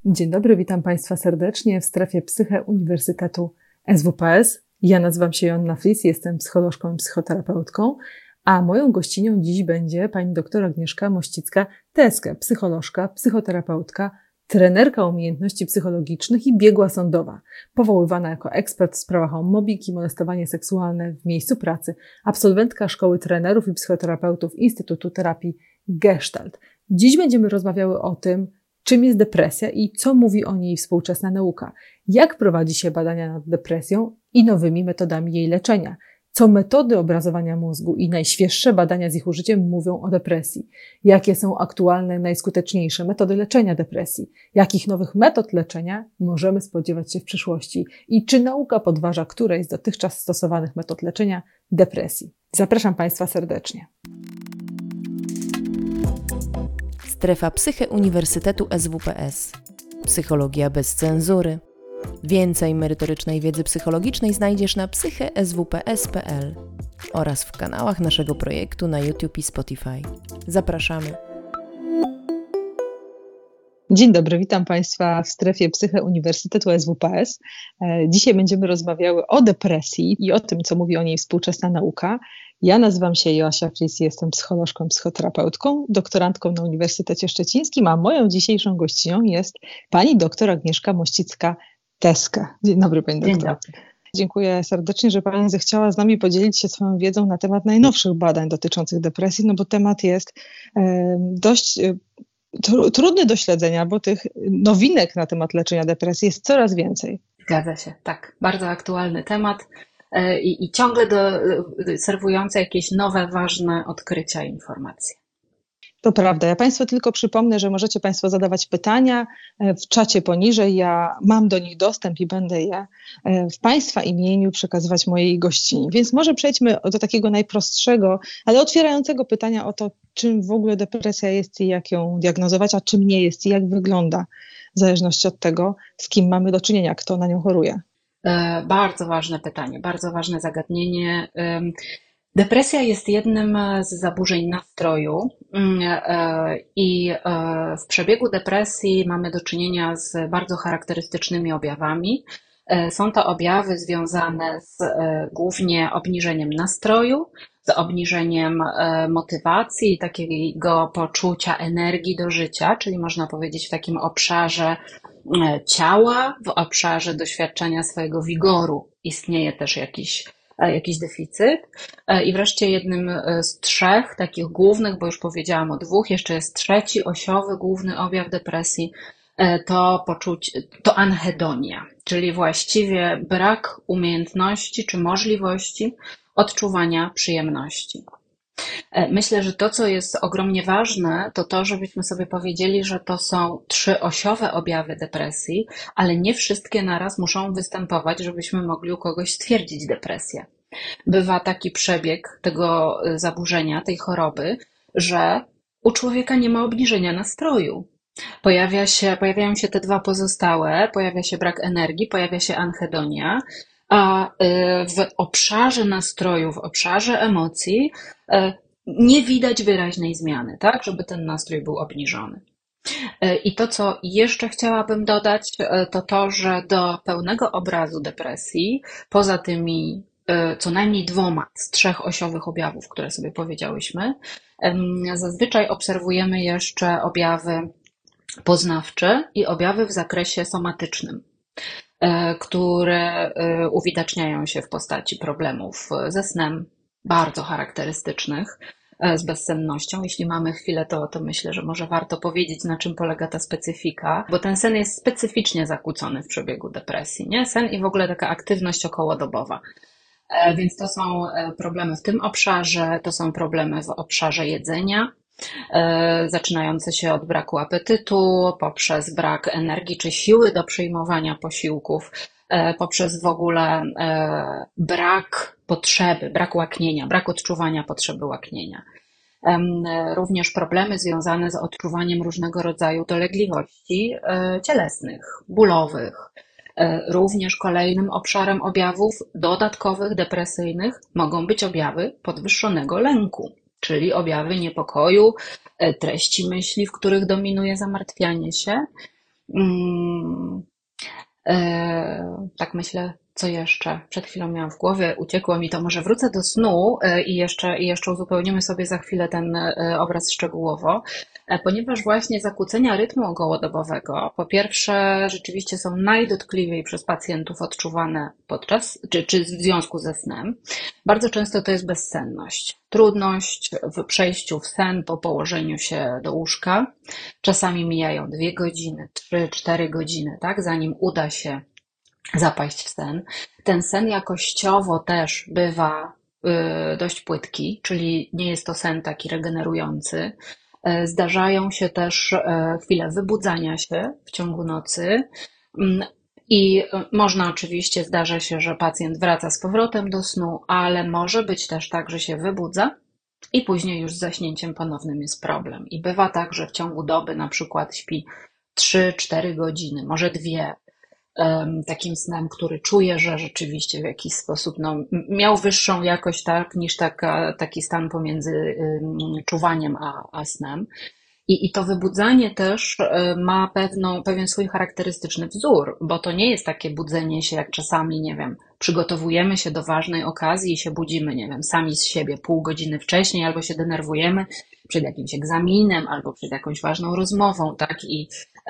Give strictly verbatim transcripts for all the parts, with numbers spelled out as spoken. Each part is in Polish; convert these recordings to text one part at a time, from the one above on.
Dzień dobry, witam Państwa serdecznie w strefie Psyche Uniwersytetu S W P S. Ja nazywam się Joanna Flis, jestem psycholożką i psychoterapeutką, a moją gościnią dziś będzie pani doktor Agnieszka Mościcka-Teskę, psycholożka, psychoterapeutka, trenerka umiejętności psychologicznych i biegła sądowa, powoływana jako ekspert w sprawach o mobbing i molestowanie seksualne w miejscu pracy, absolwentka Szkoły Trenerów i Psychoterapeutów Instytutu Terapii Gestalt. Dziś będziemy rozmawiały o tym, czym jest depresja i co mówi o niej współczesna nauka, jak prowadzi się badania nad depresją i nowymi metodami jej leczenia, co metody obrazowania mózgu i najświeższe badania z ich użyciem mówią o depresji, jakie są aktualne, najskuteczniejsze metody leczenia depresji, jakich nowych metod leczenia możemy spodziewać się w przyszłości i czy nauka podważa którejś z dotychczas stosowanych metod leczenia depresji. Zapraszam Państwa serdecznie. Strefa Psyche Uniwersytetu S W P S. Psychologia bez cenzury. Więcej merytorycznej wiedzy psychologicznej znajdziesz na psyche s w p s kropka p l oraz w kanałach naszego projektu na YouTube i Spotify. Zapraszamy. Dzień dobry, witam Państwa w strefie Psyche Uniwersytetu S W P S. Dzisiaj będziemy rozmawiały o depresji i o tym, co mówi o niej współczesna nauka. Ja nazywam się Joasia Flis, jestem psycholożką, psychoterapeutką, doktorantką na Uniwersytecie Szczecińskim, a moją dzisiejszą gościnią jest pani doktor Agnieszka Mościcka-Teskę. Dzień dobry, pani doktor. Dzień dobry. Dziękuję serdecznie, że pani zechciała z nami podzielić się swoją wiedzą na temat najnowszych badań dotyczących depresji, no bo temat jest e, dość e, tr- trudny do śledzenia, bo tych nowinek na temat leczenia depresji jest coraz więcej. Zgadza się, tak. Bardzo aktualny temat e, i, i ciągle do, serwujące jakieś nowe, ważne odkrycia i informacje. To prawda. Ja Państwu tylko przypomnę, że możecie Państwo zadawać pytania w czacie poniżej. Ja mam do nich dostęp i będę je w Państwa imieniu przekazywać mojej gościni. Więc może przejdźmy do takiego najprostszego, ale otwierającego pytania o to, czym w ogóle depresja jest i jak ją diagnozować, a czym nie jest i jak wygląda, w zależności od tego, z kim mamy do czynienia, kto na nią choruje. E, bardzo ważne pytanie, bardzo ważne zagadnienie. E, Depresja jest jednym z zaburzeń nastroju i w przebiegu depresji mamy do czynienia z bardzo charakterystycznymi objawami. Są to objawy związane z głównie obniżeniem nastroju, z obniżeniem motywacji, takiego poczucia energii do życia, czyli można powiedzieć w takim obszarze ciała, w obszarze doświadczenia swojego wigoru istnieje też jakiś jakiś deficyt. I wreszcie jednym z trzech takich głównych, bo już powiedziałam o dwóch, jeszcze jest trzeci osiowy główny objaw depresji, to poczucie, to anhedonia, czyli właściwie brak umiejętności czy możliwości odczuwania przyjemności. Myślę, że to, co jest ogromnie ważne, to to, żebyśmy sobie powiedzieli, że to są trzyosiowe objawy depresji, ale nie wszystkie naraz muszą występować, żebyśmy mogli u kogoś stwierdzić depresję. Bywa taki przebieg tego zaburzenia, tej choroby, że u człowieka nie ma obniżenia nastroju. Pojawia się, pojawiają się te dwa pozostałe, pojawia się brak energii, pojawia się anhedonia, a w obszarze nastroju, w obszarze emocji nie widać wyraźnej zmiany, tak, żeby ten nastrój był obniżony. I to, co jeszcze chciałabym dodać, to to, że do pełnego obrazu depresji, poza tymi co najmniej dwoma z trzech osiowych objawów, które sobie powiedziałyśmy, zazwyczaj obserwujemy jeszcze objawy poznawcze i objawy w zakresie somatycznym, które uwidaczniają się w postaci problemów ze snem, bardzo charakterystycznych, z bezsennością. Jeśli mamy chwilę, to, to myślę, że może warto powiedzieć, na czym polega ta specyfika, bo ten sen jest specyficznie zakłócony w przebiegu depresji, nie? Sen i w ogóle taka aktywność okołodobowa. Więc to są problemy w tym obszarze, to są problemy w obszarze jedzenia, zaczynające się od braku apetytu, poprzez brak energii czy siły do przyjmowania posiłków, poprzez w ogóle brak potrzeby, brak łaknienia, brak odczuwania potrzeby łaknienia. Również problemy związane z odczuwaniem różnego rodzaju dolegliwości cielesnych, bólowych. Również kolejnym obszarem objawów dodatkowych, depresyjnych mogą być objawy podwyższonego lęku, czyli objawy niepokoju, treści myśli, w których dominuje zamartwianie się. Mm, e, tak myślę, co jeszcze przed chwilą miałam w głowie, uciekło mi to, może wrócę do snu e, i jeszcze, i jeszcze uzupełnimy sobie za chwilę ten e, obraz szczegółowo, e, ponieważ właśnie zakłócenia rytmu okołodobowego, po pierwsze, rzeczywiście są najdotkliwiej przez pacjentów odczuwane podczas, czy, czy w związku ze snem. Bardzo często to jest bezsenność, trudność w przejściu w sen po położeniu się do łóżka. Czasami mijają dwie godziny, trzy, cztery godziny, tak, zanim uda się zapaść w sen. Ten sen jakościowo też bywa y, dość płytki, czyli nie jest to sen taki regenerujący. Y, Zdarzają się też y, chwile wybudzania się w ciągu nocy. Mm, I y, można oczywiście, zdarza się, że pacjent wraca z powrotem do snu, ale może być też tak, że się wybudza i później już z zaśnięciem ponownym jest problem. I bywa tak, że w ciągu doby na przykład śpi trzy cztery godziny, może dwie, takim snem, który czuje, że rzeczywiście w jakiś sposób no, miał wyższą jakość tak, niż taka, taki stan pomiędzy czuwaniem a, a snem. I, I to wybudzanie też ma pewną, pewien swój charakterystyczny wzór, bo to nie jest takie budzenie się, jak czasami, nie wiem, przygotowujemy się do ważnej okazji i się budzimy, nie wiem, sami z siebie pół godziny wcześniej, albo się denerwujemy przed jakimś egzaminem, albo przed jakąś ważną rozmową, tak, i,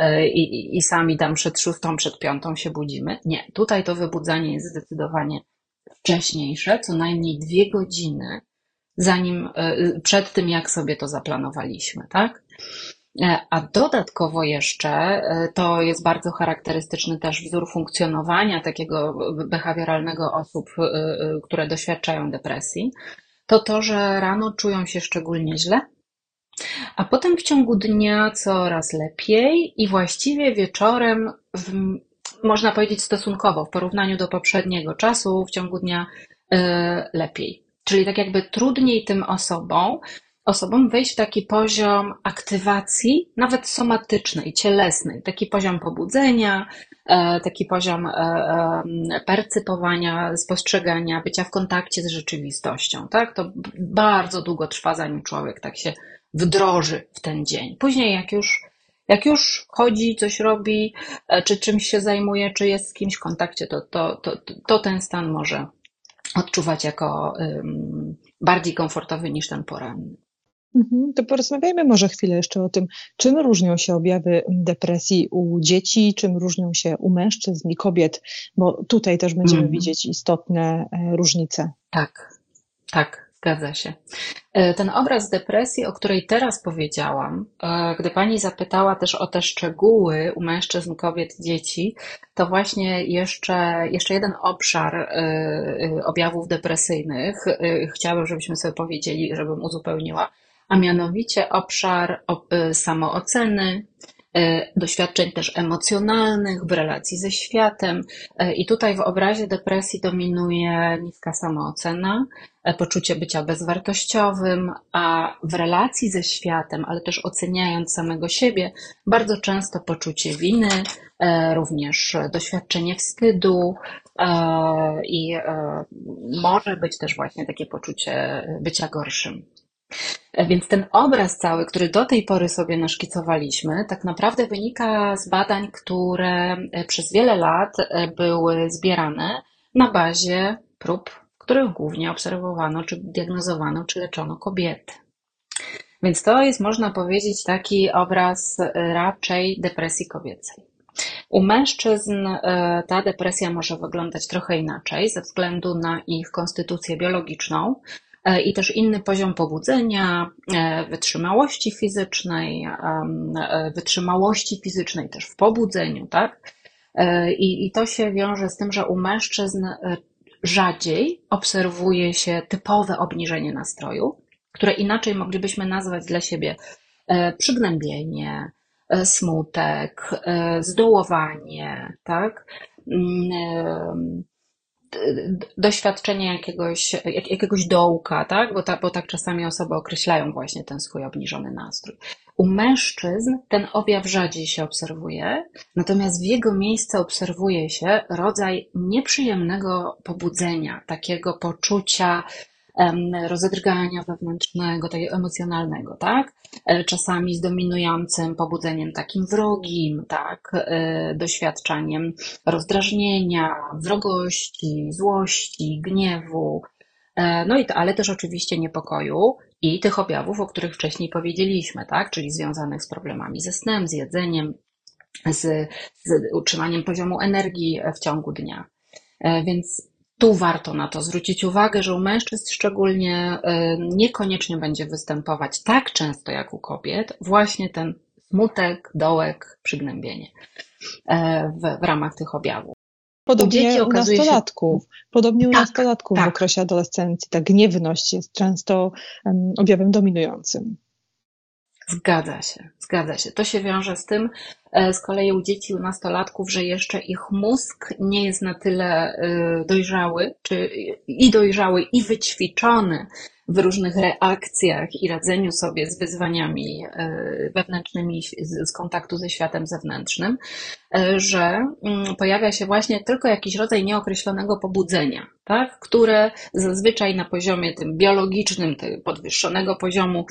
i, i sami tam przed szóstą, przed piątą się budzimy. Nie, tutaj to wybudzanie jest zdecydowanie wcześniejsze, co najmniej dwie godziny, zanim, przed tym, jak sobie to zaplanowaliśmy, tak? A dodatkowo jeszcze to jest bardzo charakterystyczny też wzór funkcjonowania takiego behawioralnego osób, które doświadczają depresji, to to, że rano czują się szczególnie źle, a potem w ciągu dnia coraz lepiej i właściwie wieczorem, w, można powiedzieć stosunkowo, w porównaniu do poprzedniego czasu, w ciągu dnia yy, lepiej. Czyli tak jakby trudniej tym osobom, osobom wejść w taki poziom aktywacji, nawet somatycznej, cielesnej, taki poziom pobudzenia, taki poziom percypowania, spostrzegania, bycia w kontakcie z rzeczywistością, tak? To bardzo długo trwa, zanim człowiek tak się wdroży w ten dzień. Później jak już, jak już chodzi, coś robi, czy czymś się zajmuje, czy jest z kimś w kontakcie, to, to, to, to ten stan może odczuwać jako um, bardziej komfortowy niż ten poranny. Mhm, to porozmawiajmy może chwilę jeszcze o tym, czym różnią się objawy depresji u dzieci, czym różnią się u mężczyzn i kobiet, bo tutaj też będziemy mm. widzieć istotne różnice. Tak, tak, zgadza się. Ten obraz depresji, o której teraz powiedziałam, gdy pani zapytała też o te szczegóły u mężczyzn, kobiet, dzieci, to właśnie jeszcze, jeszcze jeden obszar objawów depresyjnych chciałabym, żebyśmy sobie powiedzieli, żebym uzupełniła, a mianowicie obszar samooceny, doświadczeń też emocjonalnych w relacji ze światem. I tutaj w obrazie depresji dominuje niska samoocena, poczucie bycia bezwartościowym, a w relacji ze światem, ale też oceniając samego siebie, bardzo często poczucie winy, również doświadczenie wstydu i może być też właśnie takie poczucie bycia gorszym. Więc ten obraz cały, który do tej pory sobie naszkicowaliśmy, tak naprawdę wynika z badań, które przez wiele lat były zbierane na bazie prób, w których głównie obserwowano, czy diagnozowano, czy leczono kobiety. Więc to jest, można powiedzieć, taki obraz raczej depresji kobiecej. U mężczyzn ta depresja może wyglądać trochę inaczej ze względu na ich konstytucję biologiczną, i też inny poziom pobudzenia, wytrzymałości fizycznej, wytrzymałości fizycznej też w pobudzeniu, tak? I, i to się wiąże z tym, że u mężczyzn rzadziej obserwuje się typowe obniżenie nastroju, które inaczej moglibyśmy nazwać dla siebie przygnębienie, smutek, zdołowanie, tak? Doświadczenie jakiegoś, jak, jakiegoś dołka, tak? Bo, ta, bo tak czasami osoby określają właśnie ten swój obniżony nastrój. U mężczyzn ten objaw rzadziej się obserwuje, natomiast w jego miejsce obserwuje się rodzaj nieprzyjemnego pobudzenia, takiego poczucia rozedrgania wewnętrznego, takiego emocjonalnego, tak? Czasami z dominującym pobudzeniem takim wrogim, tak? Doświadczaniem rozdrażnienia, wrogości, złości, gniewu, no i to, ale też oczywiście niepokoju i tych objawów, o których wcześniej powiedzieliśmy, tak? Czyli związanych z problemami ze snem, z jedzeniem, z, z utrzymaniem poziomu energii w ciągu dnia. Więc tu warto na to zwrócić uwagę, że u mężczyzn szczególnie niekoniecznie będzie występować tak często jak u kobiet właśnie ten smutek, dołek, przygnębienie w, w ramach tych objawów. Podobnie u nastolatków, się... podobnie u tak, nastolatków tak. w okresie adolescencji ta gniewność jest często um, objawem dominującym. Zgadza się, zgadza się. To się wiąże z tym, z kolei u dzieci, u nastolatków, że jeszcze ich mózg nie jest na tyle dojrzały, czy i dojrzały, i wyćwiczony w różnych reakcjach i radzeniu sobie z wyzwaniami wewnętrznymi z kontaktu ze światem zewnętrznym, że pojawia się właśnie tylko jakiś rodzaj nieokreślonego pobudzenia, tak? Które zazwyczaj na poziomie tym biologicznym, tym podwyższonego poziomu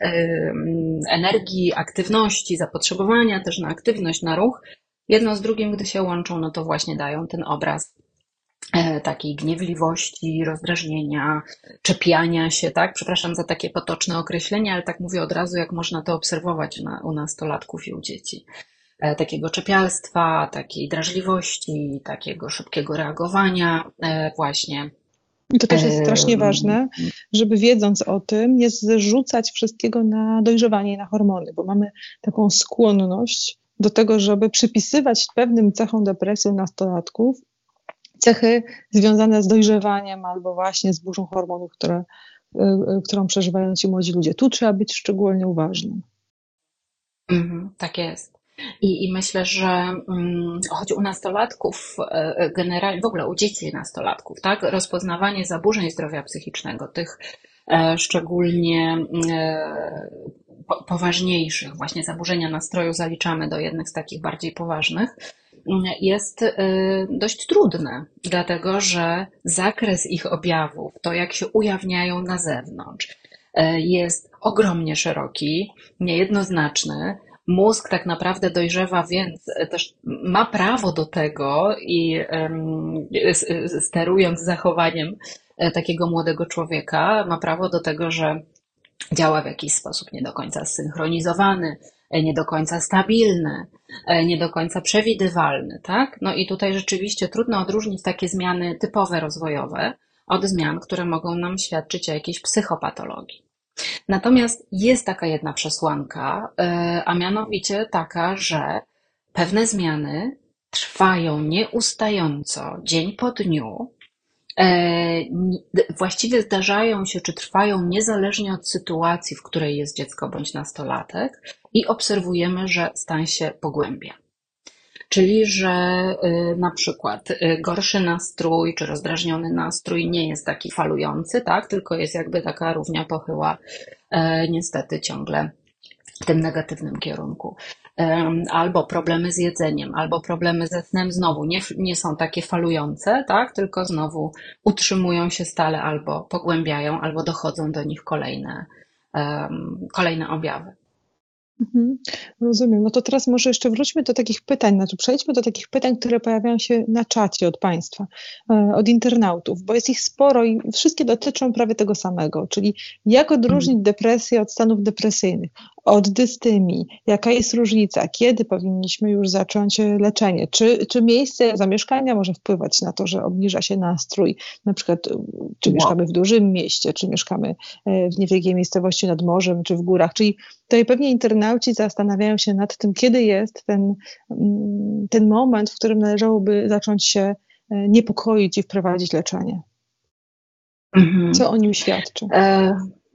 energii, aktywności, zapotrzebowania też na aktywność, na ruch, jedno z drugim, gdy się łączą, no to właśnie dają ten obraz takiej gniewliwości, rozdrażnienia, czepiania się, tak? Przepraszam za takie potoczne określenie, ale tak mówię od razu, jak można to obserwować na, u nastolatków i u dzieci. Takiego czepialstwa, takiej drażliwości, takiego szybkiego reagowania właśnie. I to też jest strasznie ważne, żeby wiedząc o tym, nie zrzucać wszystkiego na dojrzewanie i na hormony, bo mamy taką skłonność do tego, żeby przypisywać pewnym cechom depresji u nastolatków cechy związane z dojrzewaniem albo właśnie z burzą hormonów, które, którą przeżywają ci młodzi ludzie. Tu trzeba być szczególnie uważnym. Mm, tak jest. I, I myślę, że um, choć u nastolatków, e, generalnie w ogóle u dzieci i nastolatków, tak, rozpoznawanie zaburzeń zdrowia psychicznego, tych e, szczególnie e, po, poważniejszych, właśnie zaburzenia nastroju zaliczamy do jednych z takich bardziej poważnych, jest dość trudne, dlatego że zakres ich objawów, to jak się ujawniają na zewnątrz, jest ogromnie szeroki, niejednoznaczny. Mózg tak naprawdę dojrzewa, więc też ma prawo do tego i sterując zachowaniem takiego młodego człowieka, ma prawo do tego, że działa w jakiś sposób nie do końca zsynchronizowany, nie do końca stabilny, nie do końca przewidywalny, tak? No i tutaj rzeczywiście trudno odróżnić takie zmiany typowe rozwojowe od zmian, które mogą nam świadczyć o jakiejś psychopatologii. Natomiast jest taka jedna przesłanka, a mianowicie taka, że pewne zmiany trwają nieustająco, dzień po dniu, właściwie zdarzają się, czy trwają niezależnie od sytuacji, w której jest dziecko bądź nastolatek i obserwujemy, że stan się pogłębia. Czyli, że na przykład gorszy nastrój, czy rozdrażniony nastrój nie jest taki falujący, tak, tylko jest jakby taka równia pochyła, niestety ciągle w tym negatywnym kierunku. Albo problemy z jedzeniem, albo problemy ze snem znowu nie, nie są takie falujące, tak? Tylko znowu utrzymują się stale albo pogłębiają, albo dochodzą do nich kolejne, um, kolejne objawy. Mhm, rozumiem. No to teraz może jeszcze wróćmy do takich pytań, znaczy przejdźmy do takich pytań, które pojawiają się na czacie od Państwa, od internautów, bo jest ich sporo i wszystkie dotyczą prawie tego samego, czyli jak odróżnić depresję od stanów depresyjnych, od dystymii, jaka jest różnica, kiedy powinniśmy już zacząć leczenie, czy, czy miejsce zamieszkania może wpływać na to, że obniża się nastrój, na przykład czy mieszkamy w dużym mieście, czy mieszkamy w niewielkiej miejscowości nad morzem, czy w górach, czyli tutaj pewnie internauci zastanawiają się nad tym, kiedy jest ten, ten moment, w którym należałoby zacząć się niepokoić i wprowadzić leczenie. Mhm. Co o nim świadczy? E,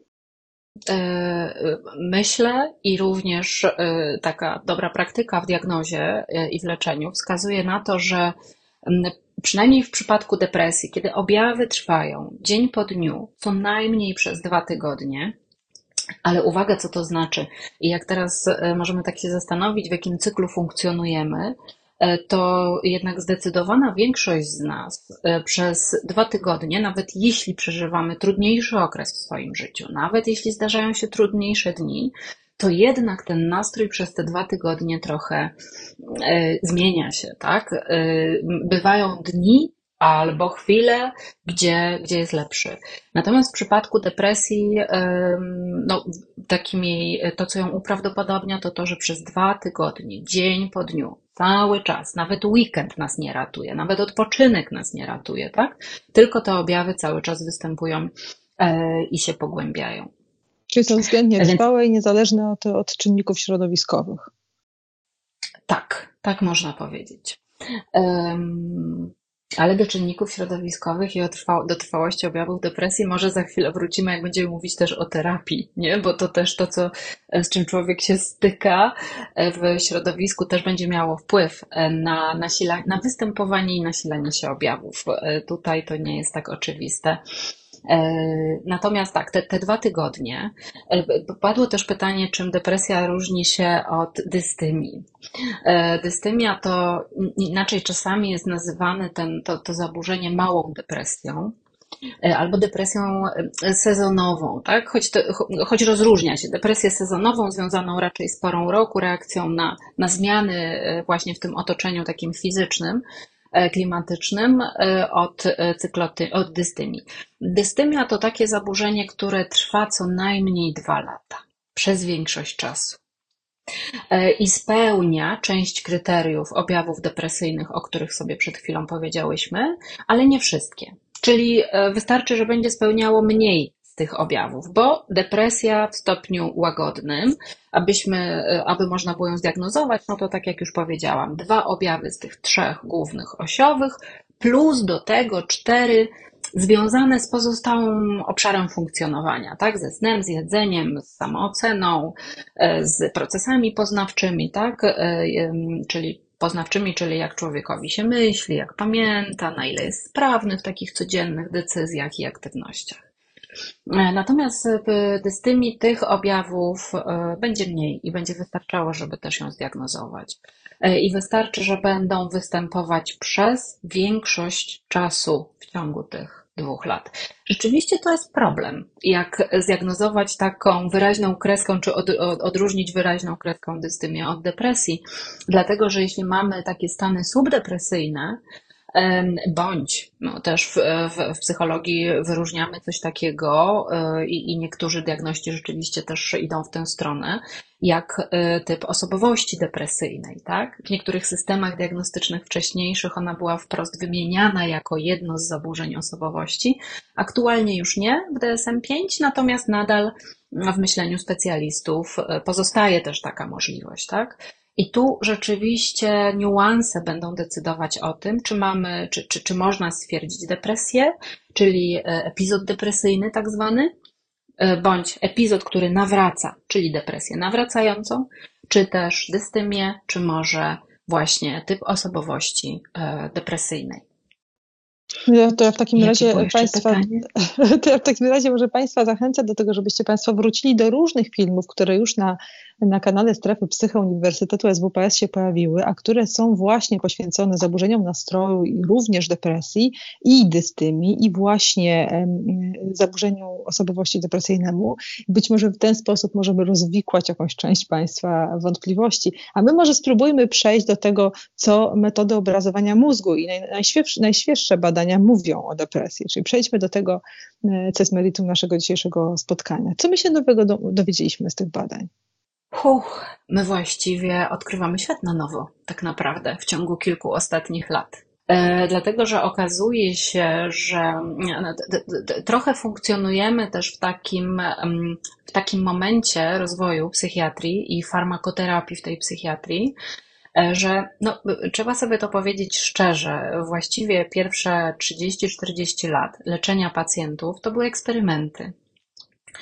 e, myślę i również e, taka dobra praktyka w diagnozie e, i w leczeniu wskazuje na to, że m, przynajmniej w przypadku depresji, kiedy objawy trwają dzień po dniu, co najmniej przez dwa tygodnie, ale uwaga, co to znaczy i jak teraz możemy tak się zastanowić, w jakim cyklu funkcjonujemy, to jednak zdecydowana większość z nas przez dwa tygodnie, nawet jeśli przeżywamy trudniejszy okres w swoim życiu, nawet jeśli zdarzają się trudniejsze dni, to jednak ten nastrój przez te dwa tygodnie trochę zmienia się, tak? Bywają dni albo chwile, gdzie, gdzie jest lepszy. Natomiast w przypadku depresji, no, takim jej, to co ją uprawdopodobnia, to to, że przez dwa tygodnie, dzień po dniu, cały czas, nawet weekend nas nie ratuje, nawet odpoczynek nas nie ratuje, tak? Tylko te objawy cały czas występują i się pogłębiają. Czyli są względnie trwałe i niezależne od, od czynników środowiskowych. Tak, tak można powiedzieć. Um, ale do czynników środowiskowych i o trwa, do trwałości objawów depresji może za chwilę wrócimy, jak będziemy mówić też o terapii, nie? Bo to też to, co, z czym człowiek się styka w środowisku, też będzie miało wpływ na, nasila, na występowanie i nasilanie się objawów. Tutaj to nie jest tak oczywiste. Natomiast tak, te, te dwa tygodnie, padło też pytanie, czym depresja różni się od dystymii. Dystymia to inaczej czasami jest nazywane ten, to, to zaburzenie małą depresją albo depresją sezonową, tak? Choć, to, choć rozróżnia się depresję sezonową związaną raczej z porą roku, reakcją na, na zmiany właśnie w tym otoczeniu takim fizycznym, klimatycznym od cykloty, od dystymii. Dystymia to takie zaburzenie, które trwa co najmniej dwa lata, przez większość czasu. I spełnia część kryteriów objawów depresyjnych, o których sobie przed chwilą powiedziałyśmy, ale nie wszystkie. Czyli wystarczy, że będzie spełniało mniej z tych objawów, bo depresja w stopniu łagodnym, abyśmy, aby można było ją zdiagnozować, no to tak jak już powiedziałam, dwa objawy z tych trzech głównych osiowych, plus do tego cztery związane z pozostałym obszarem funkcjonowania, tak? Ze snem, z jedzeniem, z samooceną, z procesami poznawczymi, tak? Czyli poznawczymi, czyli jak człowiekowi się myśli, jak pamięta, na ile jest sprawny w takich codziennych decyzjach i aktywnościach. Natomiast w dystymii tych objawów będzie mniej i będzie wystarczało, żeby też ją zdiagnozować. I wystarczy, że będą występować przez większość czasu w ciągu tych dwóch lat. Rzeczywiście to jest problem, jak zdiagnozować taką wyraźną kreską, czy od, od, odróżnić wyraźną kreską dystymię od depresji, dlatego że jeśli mamy takie stany subdepresyjne, bądź no, też w, w, w psychologii wyróżniamy coś takiego i, i niektórzy diagności rzeczywiście też idą w tę stronę, jak typ osobowości depresyjnej, tak? W niektórych systemach diagnostycznych wcześniejszych ona była wprost wymieniana jako jedno z zaburzeń osobowości. Aktualnie już nie w D S M pięć, natomiast nadal w myśleniu specjalistów pozostaje też taka możliwość, tak? I tu rzeczywiście niuanse będą decydować o tym, czy mamy, czy, czy, czy można stwierdzić depresję, czyli epizod depresyjny tak zwany, bądź epizod, który nawraca, czyli depresję nawracającą, czy też dystymię, czy może właśnie typ osobowości depresyjnej. To ja w takim razie Państwa, to ja w takim razie może Państwa zachęcę do tego, żebyście Państwo wrócili do różnych filmów, które już na, na kanale Strefy Psyche Uniwersytetu S W P S się pojawiły, a które są właśnie poświęcone zaburzeniom nastroju i również depresji i dystymii i właśnie um, zaburzeniu osobowości depresyjnemu. Być może w ten sposób możemy rozwikłać jakąś część Państwa wątpliwości, a my może spróbujmy przejść do tego, co metody obrazowania mózgu i najświeższe, najświeższe badania mówią o depresji. Czyli przejdźmy do tego, co jest meritum naszego dzisiejszego spotkania. Co my się nowego do, dowiedzieliśmy z tych badań? Huch, my właściwie odkrywamy świat na nowo, tak naprawdę, w ciągu kilku ostatnich lat. E, dlatego, że okazuje się, że no, d, d, trochę funkcjonujemy też w takim, w takim momencie rozwoju psychiatrii i farmakoterapii w tej psychiatrii, że no, trzeba sobie to powiedzieć szczerze, właściwie pierwsze trzydzieści czterdzieści lat leczenia pacjentów to były eksperymenty.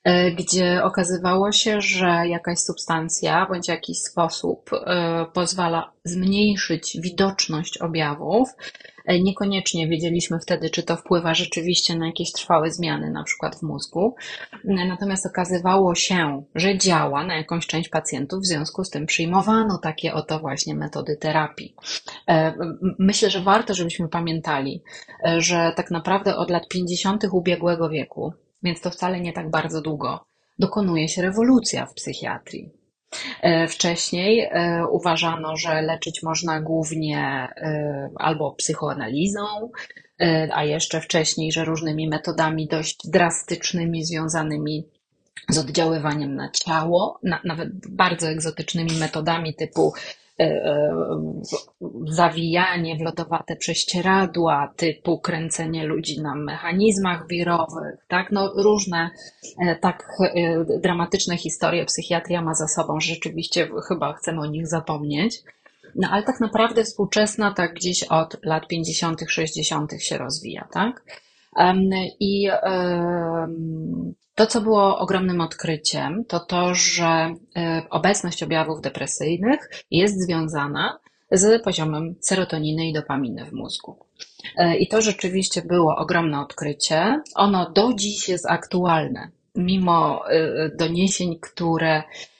gdzie okazywało się, że jakaś substancja bądź jakiś sposób pozwala zmniejszyć widoczność objawów. Niekoniecznie wiedzieliśmy wtedy, czy to wpływa rzeczywiście na jakieś trwałe zmiany, na przykład w mózgu. Natomiast okazywało się, że działa na jakąś część pacjentów, w związku z tym przyjmowano takie oto właśnie metody terapii. Myślę, że warto, żebyśmy pamiętali, że tak naprawdę od lat pięćdziesiątych ubiegłego wieku, więc to wcale nie tak bardzo długo, dokonuje się rewolucja w psychiatrii. Wcześniej uważano, że leczyć można głównie albo psychoanalizą, a jeszcze wcześniej, że różnymi metodami dość drastycznymi, związanymi z oddziaływaniem na ciało, na, nawet bardzo egzotycznymi metodami typu zawijanie w lodowate prześcieradła, typu kręcenie ludzi na mechanizmach wirowych, tak? No, różne tak dramatyczne historie psychiatria ma za sobą, że rzeczywiście chyba chcemy o nich zapomnieć. No ale tak naprawdę współczesna tak gdzieś od lat pięćdziesiątych, sześćdziesiątych się rozwija, tak? I to, co było ogromnym odkryciem, to to, że obecność objawów depresyjnych jest związana z poziomem serotoniny i dopaminy w mózgu. I to rzeczywiście było ogromne odkrycie. Ono do dziś jest aktualne, mimo doniesień, które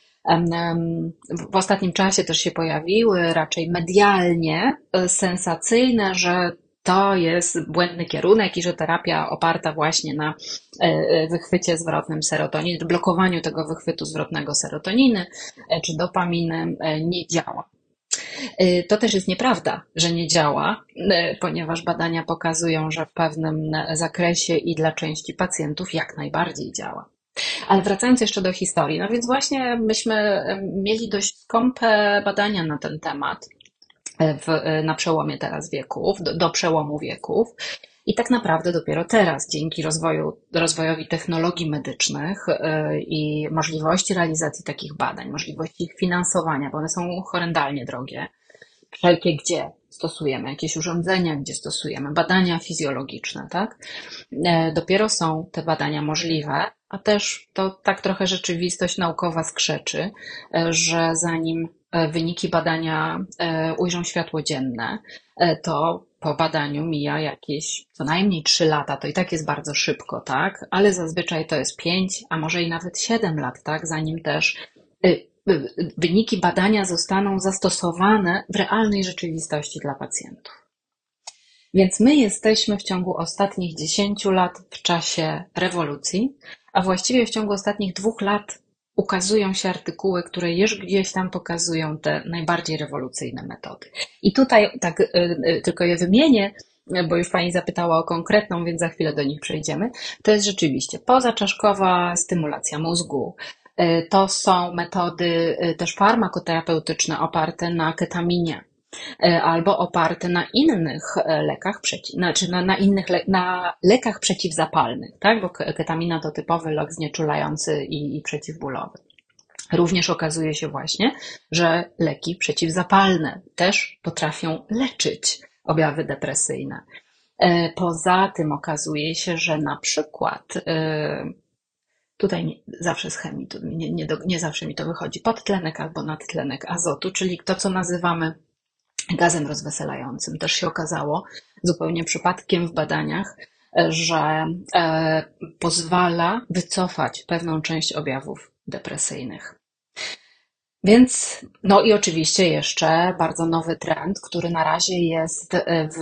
w ostatnim czasie też się pojawiły, raczej medialnie sensacyjne, że to jest błędny kierunek i że terapia oparta właśnie na wychwycie zwrotnym serotoniny, blokowaniu tego wychwytu zwrotnego serotoniny czy dopaminy nie działa. To też jest nieprawda, że nie działa, ponieważ badania pokazują, że w pewnym zakresie i dla części pacjentów jak najbardziej działa. Ale wracając jeszcze do historii, no więc właśnie myśmy mieli dość skąpe badania na ten temat w, na przełomie teraz wieków, do, do przełomu wieków. I tak naprawdę dopiero teraz, dzięki rozwoju, rozwojowi technologii medycznych yy, i możliwości realizacji takich badań, możliwości ich finansowania, bo one są horrendalnie drogie, wszelkie gdzie stosujemy jakieś urządzenia, gdzie stosujemy badania fizjologiczne, tak? Yy, dopiero są te badania możliwe, a też to tak trochę rzeczywistość naukowa skrzeczy, yy, że zanim wyniki badania ujrzą światło dzienne, to po badaniu mija jakieś co najmniej trzy lata, to i tak jest bardzo szybko, tak? Ale zazwyczaj to jest pięć, a może i nawet siedem lat, tak? Zanim też wyniki badania zostaną zastosowane w realnej rzeczywistości dla pacjentów. Więc my jesteśmy w ciągu ostatnich dziesięciu lat w czasie rewolucji, a właściwie w ciągu ostatnich dwóch lat ukazują się artykuły, które już gdzieś tam pokazują te najbardziej rewolucyjne metody. I tutaj tak y, y, tylko je wymienię, bo już Pani zapytała o konkretną, więc za chwilę do nich przejdziemy. To jest rzeczywiście pozaczaszkowa stymulacja mózgu. Y, to są metody y, też farmakoterapeutyczne oparte na ketaminie albo oparte na innych lekach, przeciw, znaczy na, na innych le, na lekach przeciwzapalnych, tak? Bo ketamina to typowy lek znieczulający i, i przeciwbólowy. Również okazuje się właśnie, że leki przeciwzapalne też potrafią leczyć objawy depresyjne. Poza tym okazuje się, że na przykład tutaj nie, zawsze z chemii, nie, nie, do, nie zawsze mi to wychodzi, podtlenek albo nadtlenek azotu, czyli to, co nazywamy gazem rozweselającym. Też się okazało zupełnie przypadkiem w badaniach, że e, pozwala wycofać pewną część objawów depresyjnych. Więc, no i oczywiście jeszcze bardzo nowy trend, który na razie jest w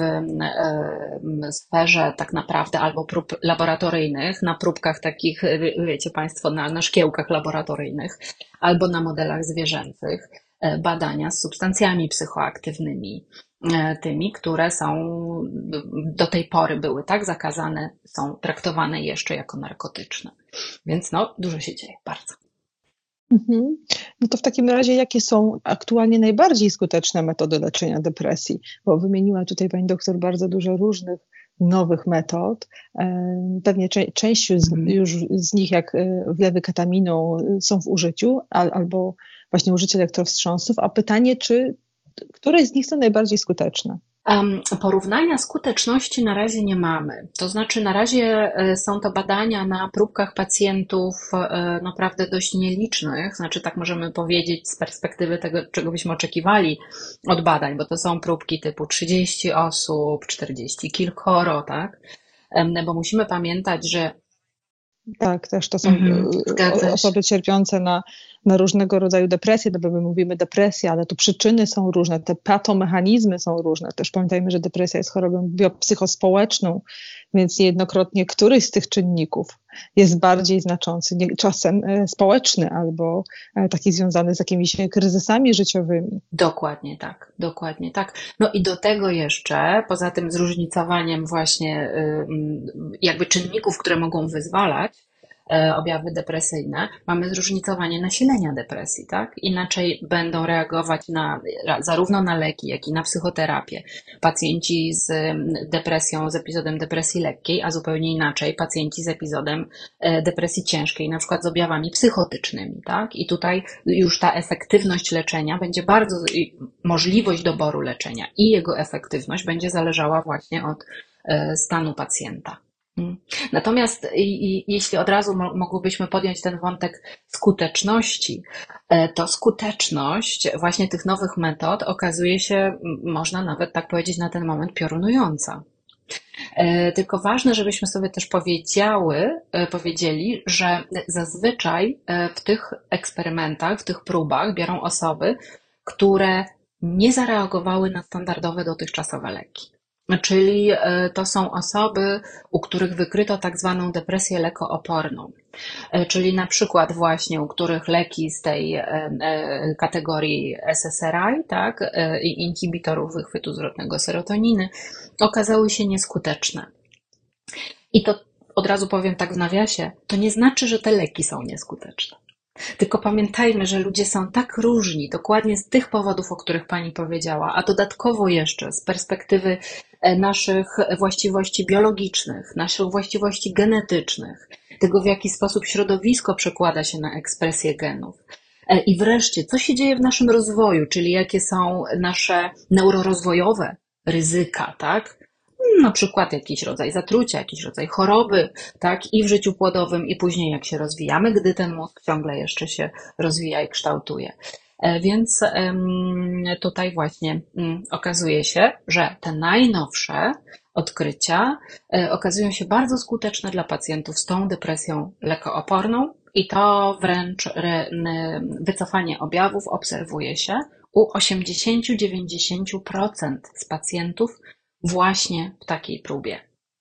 e, sferze tak naprawdę albo prób laboratoryjnych, na próbkach takich, wiecie Państwo, na, na szkiełkach laboratoryjnych, albo na modelach zwierzęcych. Badania z substancjami psychoaktywnymi, tymi, które są do tej pory były tak zakazane, są traktowane jeszcze jako narkotyczne. Więc no, dużo się dzieje, bardzo. Mhm. No to w takim razie jakie są aktualnie najbardziej skuteczne metody leczenia depresji? Bo wymieniła tutaj Pani doktor bardzo dużo różnych nowych metod. Pewnie część już z nich, jak wlewy ketaminu, są w użyciu, albo właśnie użycie elektrowstrząsów, a pytanie, czy które z nich są najbardziej skuteczne? Um, porównania skuteczności na razie nie mamy. To znaczy na razie są to badania na próbkach pacjentów naprawdę dość nielicznych, znaczy tak możemy powiedzieć z perspektywy tego, czego byśmy oczekiwali od badań, bo to są próbki typu trzydzieści osób, czterdzieści kilkoro, tak? Bo musimy pamiętać, że tak, też to są Mhm, osoby cierpiące na, na różnego rodzaju depresje, no bo my mówimy depresja, ale tu przyczyny są różne, te patomechanizmy są różne. Też pamiętajmy, że depresja jest chorobą biopsychospołeczną, więc niejednokrotnie któryś z tych czynników jest bardziej znaczący, czasem społeczny albo taki związany z jakimiś kryzysami życiowymi. Dokładnie tak, dokładnie tak. No i do tego jeszcze, poza tym zróżnicowaniem właśnie jakby czynników, które mogą wyzwalać objawy depresyjne, mamy zróżnicowanie nasilenia depresji, tak? Inaczej będą reagować na, zarówno na leki, jak i na psychoterapię pacjenci z depresją, z epizodem depresji lekkiej, a zupełnie inaczej pacjenci z epizodem depresji ciężkiej, na przykład z objawami psychotycznymi, tak? I tutaj już ta efektywność leczenia będzie bardzo, możliwość doboru leczenia i jego efektywność będzie zależała właśnie od stanu pacjenta. Natomiast jeśli od razu mogłybyśmy podjąć ten wątek skuteczności, to skuteczność właśnie tych nowych metod okazuje się, można nawet tak powiedzieć na ten moment, piorunująca. Tylko ważne, żebyśmy sobie też powiedziały, powiedzieli, że zazwyczaj w tych eksperymentach, w tych próbach biorą osoby, które nie zareagowały na standardowe dotychczasowe leki. Czyli to są osoby, u których wykryto tak zwaną depresję lekooporną, czyli na przykład właśnie u których leki z tej kategorii S S R I, tak, i inhibitorów wychwytu zwrotnego serotoniny okazały się nieskuteczne. I to od razu powiem tak w nawiasie, to nie znaczy, że te leki są nieskuteczne. Tylko pamiętajmy, że ludzie są tak różni, dokładnie z tych powodów, o których Pani powiedziała, a dodatkowo jeszcze z perspektywy naszych właściwości biologicznych, naszych właściwości genetycznych, tego w jaki sposób środowisko przekłada się na ekspresję genów. I wreszcie, co się dzieje w naszym rozwoju, czyli jakie są nasze neurorozwojowe ryzyka, tak? Na przykład jakiś rodzaj zatrucia, jakiś rodzaj choroby, tak, i w życiu płodowym, i później jak się rozwijamy, gdy ten mózg ciągle jeszcze się rozwija i kształtuje. Więc tutaj właśnie okazuje się, że te najnowsze odkrycia okazują się bardzo skuteczne dla pacjentów z tą depresją lekooporną i to wręcz wycofanie objawów obserwuje się u osiemdziesiąt do dziewięćdziesięciu procent z pacjentów właśnie w takiej próbie.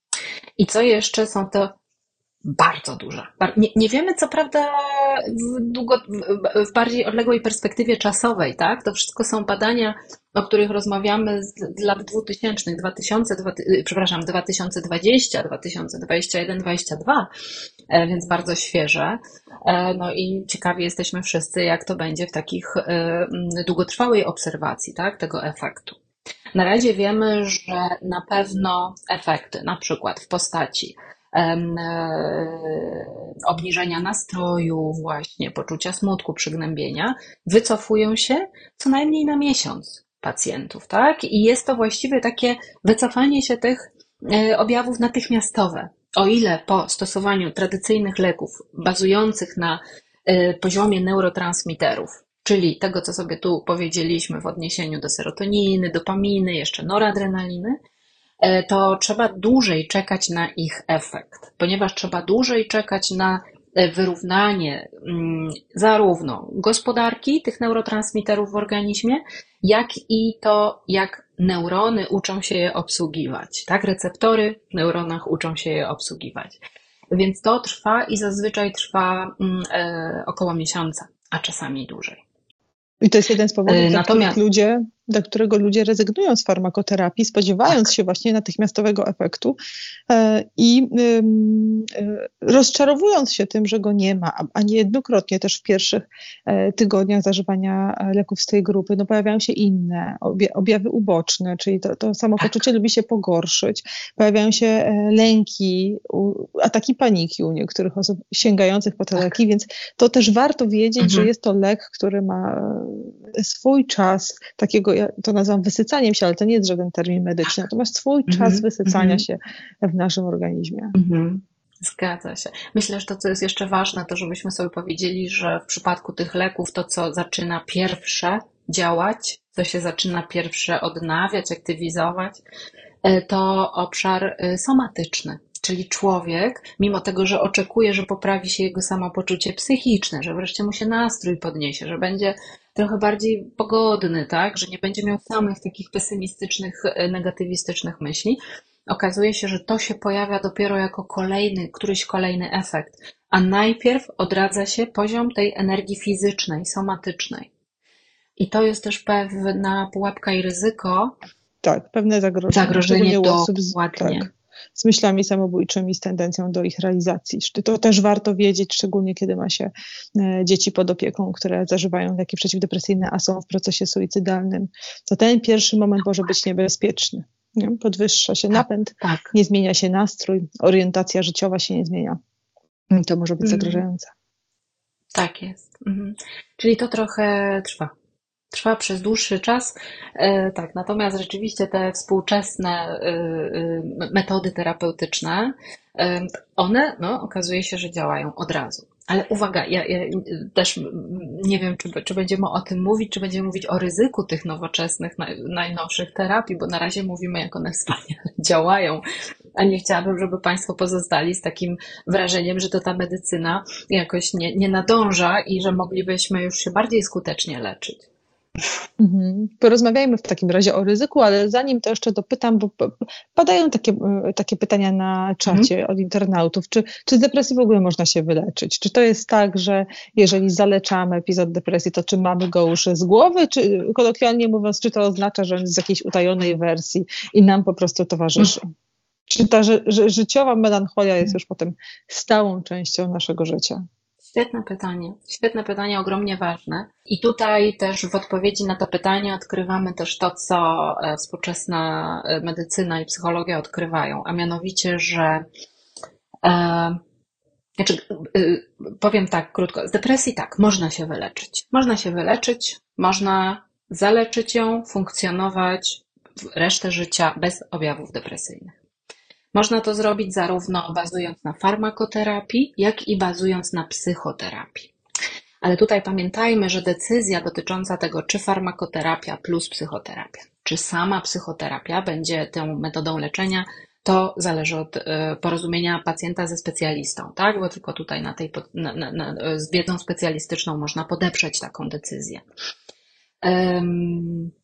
I co jeszcze są to bardzo duże. Nie, nie wiemy, co prawda, w, długo, w, w bardziej odległej perspektywie czasowej, tak? To wszystko są badania, o których rozmawiamy z, z lat dwutysięcznych, dwutysięcznych, przepraszam, dwa tysiące dwudziesty, dwa tysiące dwudziesty pierwszy, dwudziesty drugi, więc bardzo świeże. No i ciekawi jesteśmy wszyscy, jak to będzie w takich długotrwałej obserwacji, tak? Tego efektu. Na razie wiemy, że na pewno efekty, na przykład w postaci um, e, obniżenia nastroju, właśnie poczucia smutku, przygnębienia, wycofują się co najmniej na miesiąc pacjentów, tak? I jest to właściwie takie wycofanie się tych e, objawów natychmiastowe. O ile po stosowaniu tradycyjnych leków bazujących na e, poziomie neurotransmiterów, czyli tego, co sobie tu powiedzieliśmy w odniesieniu do serotoniny, dopaminy, jeszcze noradrenaliny, to trzeba dłużej czekać na ich efekt, ponieważ trzeba dłużej czekać na wyrównanie zarówno gospodarki tych neurotransmiterów w organizmie, jak i to, jak neurony uczą się je obsługiwać. Tak, receptory w neuronach uczą się je obsługiwać. Więc to trwa i zazwyczaj trwa około miesiąca, a czasami dłużej. I to jest jeden z powodów, dla, Natomiast... ludzie, dla którego ludzie rezygnują z farmakoterapii, spodziewając tak. się właśnie natychmiastowego efektu e, i e, rozczarowując się tym, że go nie ma, a niejednokrotnie też w pierwszych e, tygodniach zażywania leków z tej grupy no, pojawiają się inne obja- objawy uboczne, czyli to, to samopoczucie tak. lubi się pogorszyć, pojawiają się e, lęki, u, ataki paniki u niektórych osób sięgających po te tak. leki, więc to też warto wiedzieć, mhm. że jest to lek, który ma swój czas takiego swojego, ja to nazywam wysycaniem się, ale to nie jest żaden termin medyczny, to masz swój Mhm, czas wysycania mhm, się w naszym organizmie. mhm. Zgadza się. Myślę, że to, co jest jeszcze ważne, to żebyśmy sobie powiedzieli, że w przypadku tych leków to, co zaczyna pierwsze działać, co się zaczyna pierwsze odnawiać, aktywizować, e, to obszar e, somatyczny. Czyli człowiek, mimo tego, że oczekuje, że poprawi się jego samopoczucie psychiczne, że wreszcie mu się nastrój podniesie, że będzie trochę bardziej pogodny, tak, że nie będzie miał samych takich pesymistycznych, e, negatywistycznych myśli, okazuje się, że to się pojawia dopiero jako kolejny, któryś kolejny efekt, a najpierw odradza się poziom tej energii fizycznej, somatycznej. I to jest też pewna pułapka i ryzyko. Tak, pewne zagrożenie. Zagrożenie u osób z, dokładnie. tak, z myślami samobójczymi, z tendencją do ich realizacji. To też warto wiedzieć, szczególnie kiedy ma się e, dzieci pod opieką, które zażywają leki przeciwdepresyjne, a są w procesie suicydalnym. To ten pierwszy moment może być niebezpieczny. Nie? Podwyższa się napęd, Tak. nie zmienia się nastrój, orientacja życiowa się nie zmienia. I to może być Mhm. zagrażające. Tak jest. Mhm. Czyli to trochę trwa. Trwa przez dłuższy czas. E, tak, natomiast rzeczywiście te współczesne e, e, metody terapeutyczne, e, one, no, okazuje się, że działają od razu. Ale uwaga, ja, ja też nie wiem, czy, czy będziemy o tym mówić, czy będziemy mówić o ryzyku tych nowoczesnych, naj, najnowszych terapii, bo na razie mówimy, jak one wspaniale działają, a nie chciałabym, żeby Państwo pozostali z takim wrażeniem, że to ta medycyna jakoś nie, nie nadąża i że moglibyśmy już się bardziej skutecznie leczyć. Mhm. Porozmawiajmy w takim razie o ryzyku, ale zanim to jeszcze dopytam, bo padają takie, takie pytania na czacie mhm. od internautów. Czy, czy z depresji w ogóle można się wyleczyć? Czy to jest tak, że jeżeli zaleczamy epizod depresji, to czy mamy go już z głowy? Czy kolokwialnie mówiąc, czy to oznacza, że on jest z jakiejś utajonej wersji i nam po prostu towarzyszy? Mhm. Czy ta ży, ży, życiowa melancholia jest już potem stałą częścią naszego życia? Świetne pytanie. Świetne pytanie, ogromnie ważne. I tutaj też w odpowiedzi na to pytanie odkrywamy też to, co współczesna medycyna i psychologia odkrywają, a mianowicie, że e, znaczy, y, powiem tak krótko, z depresji tak, można się wyleczyć. Można się wyleczyć, można zaleczyć ją, funkcjonować resztę życia bez objawów depresyjnych. Można to zrobić zarówno bazując na farmakoterapii, jak i bazując na psychoterapii. Ale tutaj pamiętajmy, że decyzja dotycząca tego, czy farmakoterapia plus psychoterapia, czy sama psychoterapia będzie tą metodą leczenia, to zależy od porozumienia pacjenta ze specjalistą, tak? Bo tylko tutaj na tej, na, na, na, z wiedzą specjalistyczną można podeprzeć taką decyzję. Um,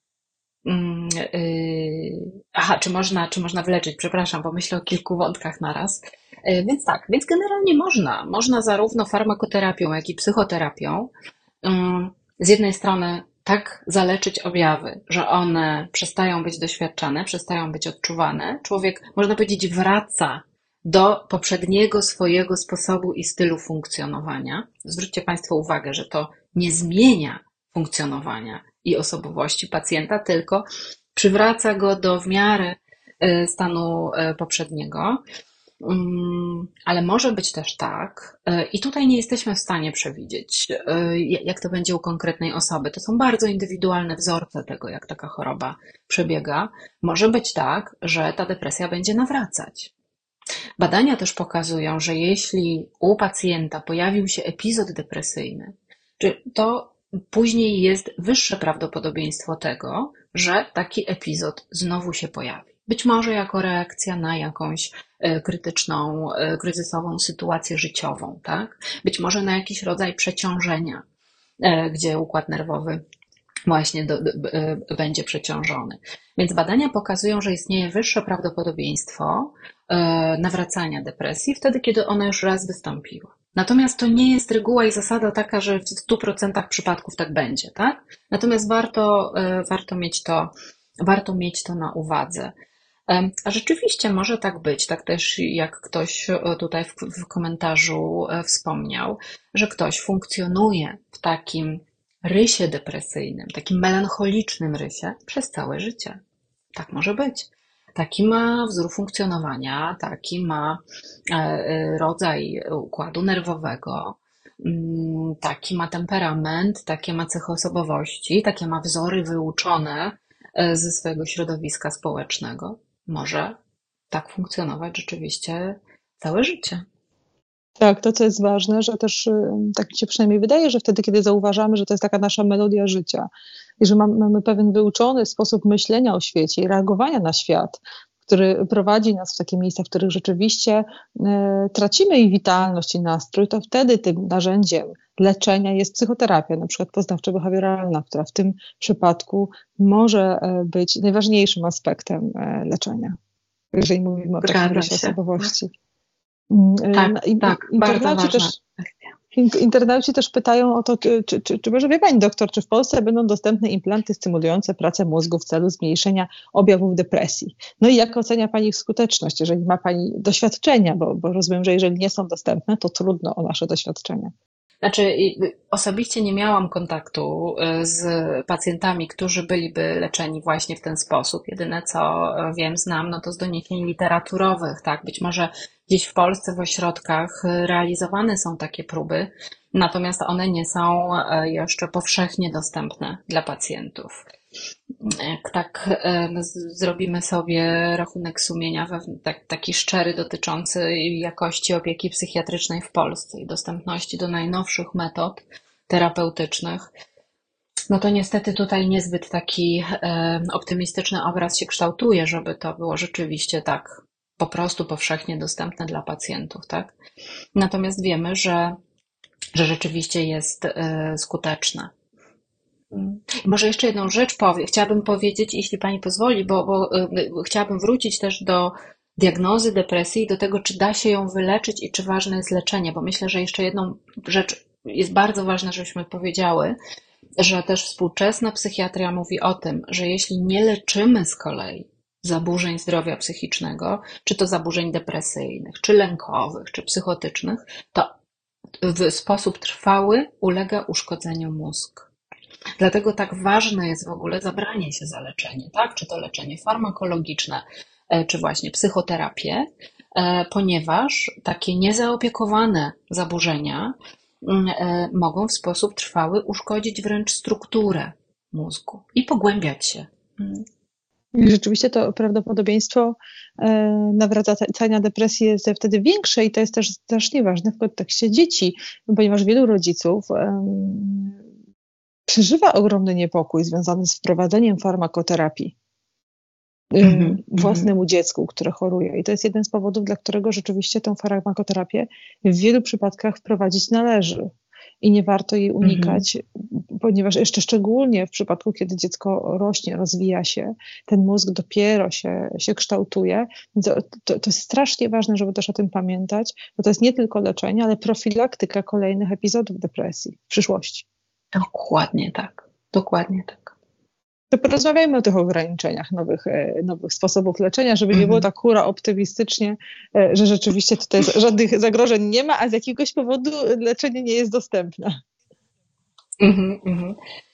Yy, aha, czy można, czy można wyleczyć? Przepraszam, bo myślę o kilku wątkach naraz. Yy, więc tak, więc generalnie można. Można zarówno farmakoterapią, jak i psychoterapią yy, z jednej strony tak zaleczyć objawy, że one przestają być doświadczane, przestają być odczuwane. Człowiek, można powiedzieć, wraca do poprzedniego swojego sposobu i stylu funkcjonowania. Zwróćcie Państwo uwagę, że to nie zmienia funkcjonowania i osobowości pacjenta, tylko przywraca go do w miarę stanu poprzedniego. Ale może być też tak, i tutaj nie jesteśmy w stanie przewidzieć, jak to będzie u konkretnej osoby. To są bardzo indywidualne wzorce tego, jak taka choroba przebiega. Może być tak, że ta depresja będzie nawracać. Badania też pokazują, że jeśli u pacjenta pojawił się epizod depresyjny, to później jest wyższe prawdopodobieństwo tego, że taki epizod znowu się pojawi. Być może jako reakcja na jakąś krytyczną, kryzysową sytuację życiową, tak? Być może na jakiś rodzaj przeciążenia, gdzie układ nerwowy właśnie do, do, będzie przeciążony. Więc badania pokazują, że istnieje wyższe prawdopodobieństwo nawracania depresji wtedy, kiedy ona już raz wystąpiła. Natomiast to nie jest reguła i zasada taka, że w stu procentach przypadków tak będzie, tak? Natomiast warto, warto mieć to, warto mieć to na uwadze. A rzeczywiście może tak być, tak też jak ktoś tutaj w, w komentarzu wspomniał, że ktoś funkcjonuje w takim rysie depresyjnym, takim melancholicznym rysie przez całe życie. Tak może być. Taki ma wzór funkcjonowania, taki ma rodzaj układu nerwowego, taki ma temperament, takie ma cechy osobowości, takie ma wzory wyuczone ze swojego środowiska społecznego, może tak funkcjonować rzeczywiście całe życie. Tak, to co jest ważne, że też tak mi się przynajmniej wydaje, że wtedy, kiedy zauważamy, że to jest taka nasza melodia życia i że mamy, mamy pewien wyuczony sposób myślenia o świecie i reagowania na świat, który prowadzi nas w takie miejsca, w których rzeczywiście e, tracimy i witalność, i nastrój, to wtedy tym narzędziem leczenia jest psychoterapia, na przykład poznawczo-behawioralna, która w tym przypadku może być najważniejszym aspektem e, leczenia, jeżeli mówimy o takim rysie osobowości. Tak, I, tak, bardzo ważna. Też, internauci też pytają o to, czy, czy, czy, czy może wie pani doktor, czy w Polsce będą dostępne implanty stymulujące pracę mózgu w celu zmniejszenia objawów depresji? No i jak ocenia pani ich skuteczność, jeżeli ma pani doświadczenia, bo, bo rozumiem, że jeżeli nie są dostępne, to trudno o nasze doświadczenia. Znaczy, osobiście nie miałam kontaktu z pacjentami, którzy byliby leczeni właśnie w ten sposób. Jedyne co wiem, znam, no to z doniesień literaturowych, tak? Być może gdzieś w Polsce w ośrodkach realizowane są takie próby, natomiast one nie są jeszcze powszechnie dostępne dla pacjentów. Jak tak zrobimy sobie rachunek sumienia, tak, taki szczery dotyczący jakości opieki psychiatrycznej w Polsce i dostępności do najnowszych metod terapeutycznych, no to niestety tutaj niezbyt taki optymistyczny obraz się kształtuje, żeby to było rzeczywiście tak po prostu powszechnie dostępne dla pacjentów, tak? Natomiast wiemy, że, że rzeczywiście jest skuteczne. Może jeszcze jedną rzecz powiem. Chciałabym powiedzieć, jeśli pani pozwoli, bo, bo y, chciałabym wrócić też do diagnozy depresji, do tego, czy da się ją wyleczyć i czy ważne jest leczenie, bo myślę, że jeszcze jedną rzecz jest bardzo ważna, żebyśmy powiedziały, że też współczesna psychiatria mówi o tym, że jeśli nie leczymy z kolei zaburzeń zdrowia psychicznego, czy to zaburzeń depresyjnych, czy lękowych, czy psychotycznych, to w sposób trwały ulega uszkodzeniu mózg. Dlatego tak ważne jest w ogóle zabranie się za leczenie, tak? Czy to leczenie farmakologiczne, czy właśnie psychoterapię, ponieważ takie niezaopiekowane zaburzenia mogą w sposób trwały uszkodzić wręcz strukturę mózgu i pogłębiać się. I rzeczywiście to prawdopodobieństwo nawracania depresji jest wtedy większe i to jest też strasznie ważne w kontekście dzieci, ponieważ wielu rodziców przeżywa ogromny niepokój związany z wprowadzeniem farmakoterapii mm-hmm. własnemu dziecku, które choruje. I to jest jeden z powodów, dla którego rzeczywiście tę farmakoterapię w wielu przypadkach wprowadzić należy. I nie warto jej unikać, mm-hmm. ponieważ jeszcze szczególnie w przypadku, kiedy dziecko rośnie, rozwija się, ten mózg dopiero się, się kształtuje. Więc to, to, to jest strasznie ważne, żeby też o tym pamiętać, bo to jest nie tylko leczenie, ale profilaktyka kolejnych epizodów depresji w przyszłości. Dokładnie tak, dokładnie tak. To porozmawiajmy o tych ograniczeniach nowych, nowych sposobów leczenia, żeby nie było tak hura optymistycznie, że rzeczywiście tutaj żadnych zagrożeń nie ma, a z jakiegoś powodu leczenie nie jest dostępne. Mm-hmm, mm-hmm.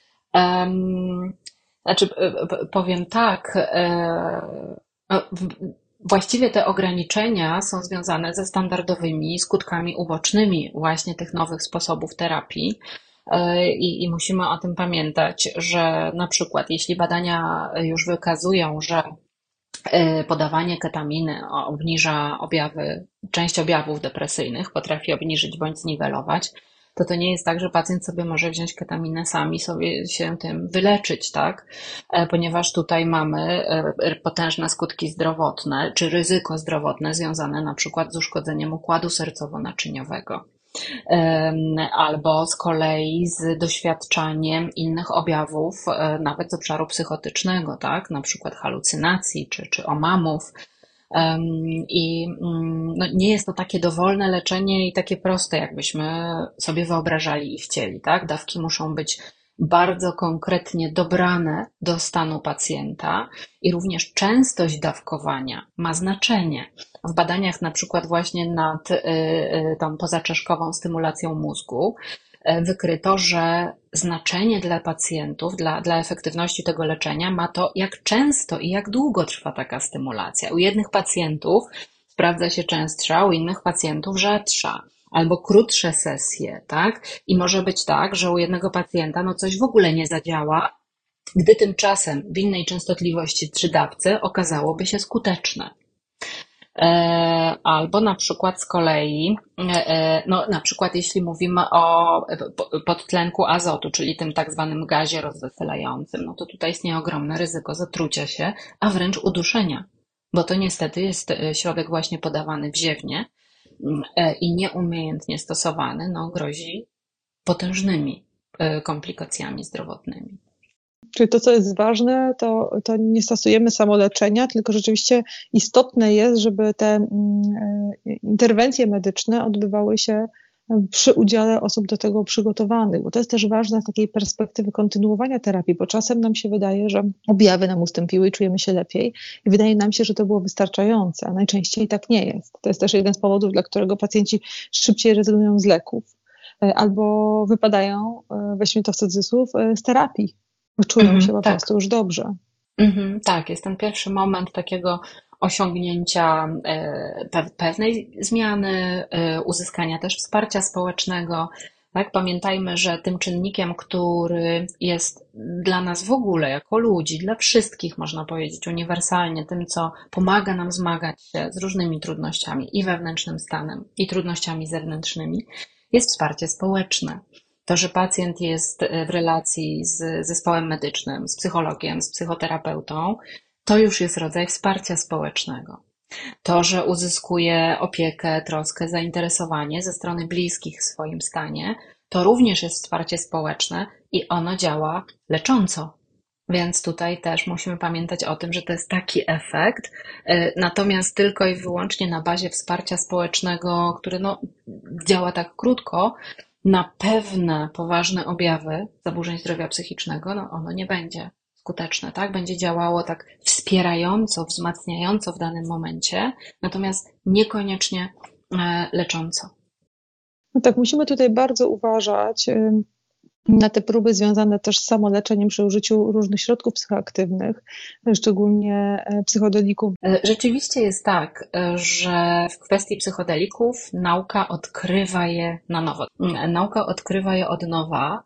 Um, znaczy, powiem tak, e, właściwie te ograniczenia są związane ze standardowymi skutkami ubocznymi właśnie tych nowych sposobów terapii. I, I musimy o tym pamiętać, że na przykład jeśli badania już wykazują, że podawanie ketaminy obniża objawy, część objawów depresyjnych, potrafi obniżyć bądź zniwelować, to to nie jest tak, że pacjent sobie może wziąć ketaminę sam i sobie się tym wyleczyć, tak? Ponieważ tutaj mamy potężne skutki zdrowotne, czy ryzyko zdrowotne związane na przykład z uszkodzeniem układu sercowo-naczyniowego. Albo z kolei z doświadczaniem innych objawów, nawet z obszaru psychotycznego, tak? Na przykład halucynacji czy, czy omamów. I no, nie jest to takie dowolne leczenie i takie proste, jakbyśmy sobie wyobrażali i chcieli, tak? Dawki muszą być bardzo konkretnie dobrane do stanu pacjenta i również częstość dawkowania ma znaczenie. W badaniach na przykład właśnie nad y, y, tą pozaczaszkową stymulacją mózgu y, wykryto, że znaczenie dla pacjentów, dla, dla efektywności tego leczenia ma to, jak często i jak długo trwa taka stymulacja. U jednych pacjentów sprawdza się częstsza, u innych pacjentów rzadsza. albo krótsze sesje, tak? I może być tak, że u jednego pacjenta no coś w ogóle nie zadziała, gdy tymczasem w innej częstotliwości trzy dawcy okazałoby się skuteczne. Albo na przykład z kolei, no na przykład jeśli mówimy o podtlenku azotu, czyli tym tak zwanym gazie rozweselającym, no to tutaj istnieje ogromne ryzyko zatrucia się, a wręcz uduszenia, bo to niestety jest środek właśnie podawany wziewnie i nieumiejętnie stosowany, no grozi potężnymi komplikacjami zdrowotnymi. Czyli to, co jest ważne, to, to nie stosujemy samoleczenia, tylko rzeczywiście istotne jest, żeby te interwencje medyczne odbywały się przy udziale osób do tego przygotowanych, bo to jest też ważne z takiej perspektywy kontynuowania terapii, bo czasem nam się wydaje, że objawy nam ustąpiły i czujemy się lepiej i wydaje nam się, że to było wystarczające, a najczęściej tak nie jest. To jest też jeden z powodów, dla którego pacjenci szybciej rezygnują z leków albo wypadają, weźmy to w cudzysłów, z terapii. Czują mm, się po tak. prostu już dobrze. Mm-hmm, tak, jest ten pierwszy moment takiego osiągnięcia e, pewnej zmiany, e, uzyskania też wsparcia społecznego. Tak? Pamiętajmy, że tym czynnikiem, który jest dla nas w ogóle, jako ludzi, dla wszystkich można powiedzieć uniwersalnie, tym, co pomaga nam zmagać się z różnymi trudnościami i wewnętrznym stanem, i trudnościami zewnętrznymi, jest wsparcie społeczne. To, że pacjent jest w relacji z zespołem medycznym, z psychologiem, z psychoterapeutą, to już jest rodzaj wsparcia społecznego. To, że uzyskuje opiekę, troskę, zainteresowanie ze strony bliskich w swoim stanie, to również jest wsparcie społeczne i ono działa lecząco. Więc tutaj też musimy pamiętać o tym, że to jest taki efekt, natomiast tylko i wyłącznie na bazie wsparcia społecznego, który no, działa tak krótko, na pewne poważne objawy zaburzeń zdrowia psychicznego, no ono nie będzie skuteczne, tak? Będzie działało tak wspierająco, wzmacniająco w danym momencie, natomiast niekoniecznie lecząco. No tak, musimy tutaj bardzo uważać na te próby związane też z samoleczeniem przy użyciu różnych środków psychoaktywnych, szczególnie psychodelików. Rzeczywiście jest tak, że w kwestii psychodelików nauka odkrywa je na nowo. Nauka odkrywa je od nowa.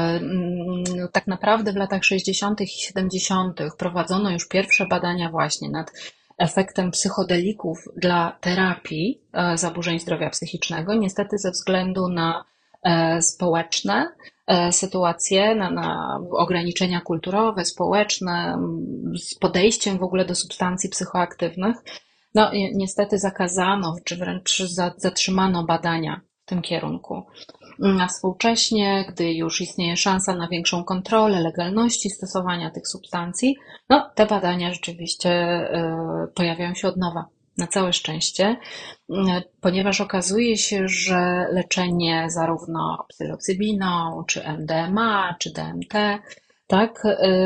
Tak naprawdę w latach sześćdziesiątych i siedemdziesiątych prowadzono już pierwsze badania właśnie nad efektem psychodelików dla terapii zaburzeń zdrowia psychicznego. Niestety ze względu na społeczne sytuacje, na, na ograniczenia kulturowe, społeczne, z podejściem w ogóle do substancji psychoaktywnych, no niestety zakazano, czy wręcz zatrzymano badania w tym kierunku. A współcześnie, gdy już istnieje szansa na większą kontrolę legalności stosowania tych substancji, no te badania rzeczywiście pojawiają się od nowa. Na całe szczęście, ponieważ okazuje się, że leczenie zarówno psylocybiną, czy em de em a, czy de em te, tak,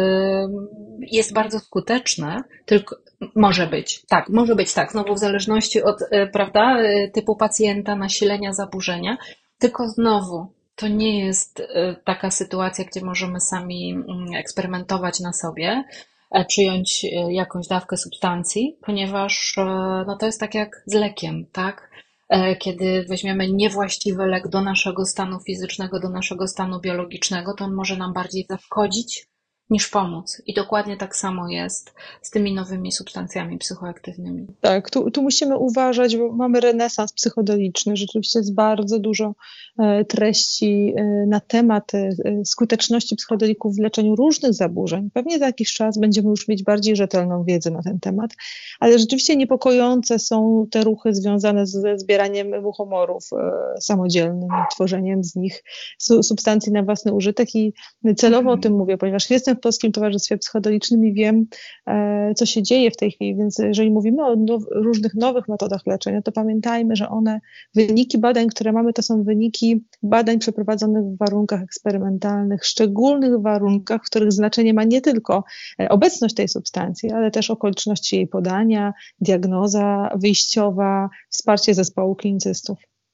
jest bardzo skuteczne, tylko może być, tak, może być tak, znowu w zależności od, prawda, typu pacjenta, nasilenia zaburzenia, tylko znowu to nie jest taka sytuacja, gdzie możemy sami eksperymentować na sobie, przyjąć jakąś dawkę substancji, ponieważ no to jest tak jak z lekiem, tak? Kiedy weźmiemy niewłaściwy lek do naszego stanu fizycznego, do naszego stanu biologicznego, to on może nam bardziej zaszkodzić niż pomóc. I dokładnie tak samo jest z tymi nowymi substancjami psychoaktywnymi. Tak, tu, tu musimy uważać, bo mamy renesans psychodeliczny. Rzeczywiście jest bardzo dużo treści na temat skuteczności psychodelików w leczeniu różnych zaburzeń. Pewnie za jakiś czas będziemy już mieć bardziej rzetelną wiedzę na ten temat, ale rzeczywiście niepokojące są te ruchy związane ze zbieraniem muchomorów samodzielnym, tworzeniem z nich substancji na własny użytek i celowo o tym mówię, ponieważ jestem w Polskim Towarzystwie Psychodelicznym i wiem, co się dzieje w tej chwili, więc jeżeli mówimy o now- różnych nowych metodach leczenia, to pamiętajmy, że one, wyniki badań, które mamy, to są wyniki badań przeprowadzonych w warunkach eksperymentalnych, szczególnych warunkach, w których znaczenie ma nie tylko obecność tej substancji, ale też okoliczności jej podania, diagnoza wyjściowa, wsparcie zespołu klinicystów.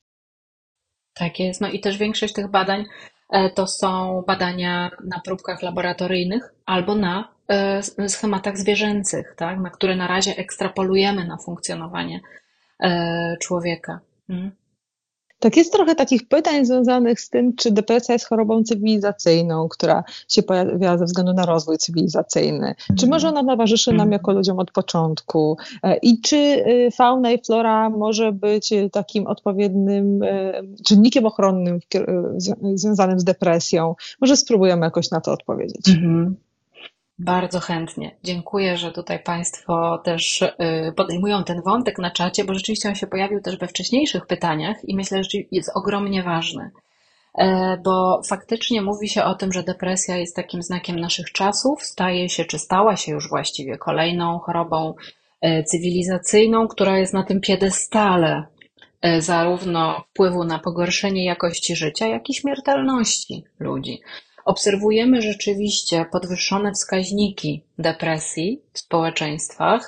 Tak jest, no i też większość tych badań to są badania na próbkach laboratoryjnych albo na schematach zwierzęcych, tak, na które na razie ekstrapolujemy na funkcjonowanie człowieka. Hmm. Tak, jest trochę takich pytań związanych z tym, czy depresja jest chorobą cywilizacyjną, która się pojawia ze względu na rozwój cywilizacyjny. Czy może ona towarzyszy nam jako ludziom od początku? I czy fauna i flora może być takim odpowiednim czynnikiem ochronnym związanym z depresją? Może spróbujemy jakoś na to odpowiedzieć. Mhm. Bardzo chętnie. Dziękuję, że tutaj Państwo też podejmują ten wątek na czacie, bo rzeczywiście on się pojawił też we wcześniejszych pytaniach i myślę, że jest ogromnie ważny. Bo faktycznie mówi się o tym, że depresja jest takim znakiem naszych czasów, staje się, czy stała się już właściwie kolejną chorobą cywilizacyjną, która jest na tym piedestale zarówno wpływu na pogorszenie jakości życia, jak i śmiertelności ludzi. Obserwujemy rzeczywiście podwyższone wskaźniki depresji w społeczeństwach.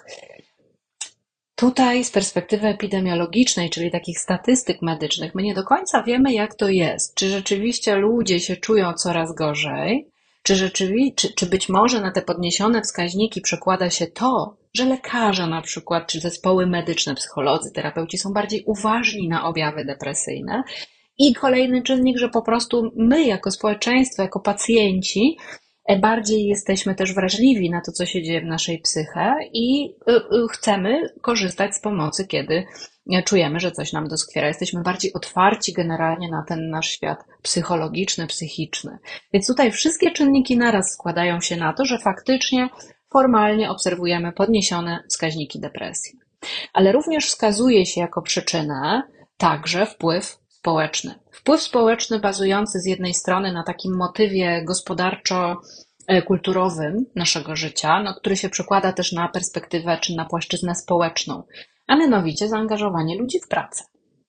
Tutaj z perspektywy epidemiologicznej, czyli takich statystyk medycznych, my nie do końca wiemy, jak to jest. Czy rzeczywiście ludzie się czują coraz gorzej, czy, rzeczywi- czy, czy być może na te podniesione wskaźniki przekłada się to, że lekarze na przykład, czy zespoły medyczne, psycholodzy, terapeuci są bardziej uważni na objawy depresyjne. I kolejny czynnik, że po prostu my jako społeczeństwo, jako pacjenci bardziej jesteśmy też wrażliwi na to, co się dzieje w naszej psyche i chcemy korzystać z pomocy, kiedy czujemy, że coś nam doskwiera. Jesteśmy bardziej otwarci generalnie na ten nasz świat psychologiczny, psychiczny. Więc tutaj wszystkie czynniki naraz składają się na to, że faktycznie formalnie obserwujemy podniesione wskaźniki depresji. Ale również wskazuje się jako przyczynę także wpływ społeczny. Wpływ społeczny bazujący z jednej strony na takim motywie gospodarczo-kulturowym naszego życia, no, który się przekłada też na perspektywę czy na płaszczyznę społeczną, a mianowicie zaangażowanie ludzi w pracę.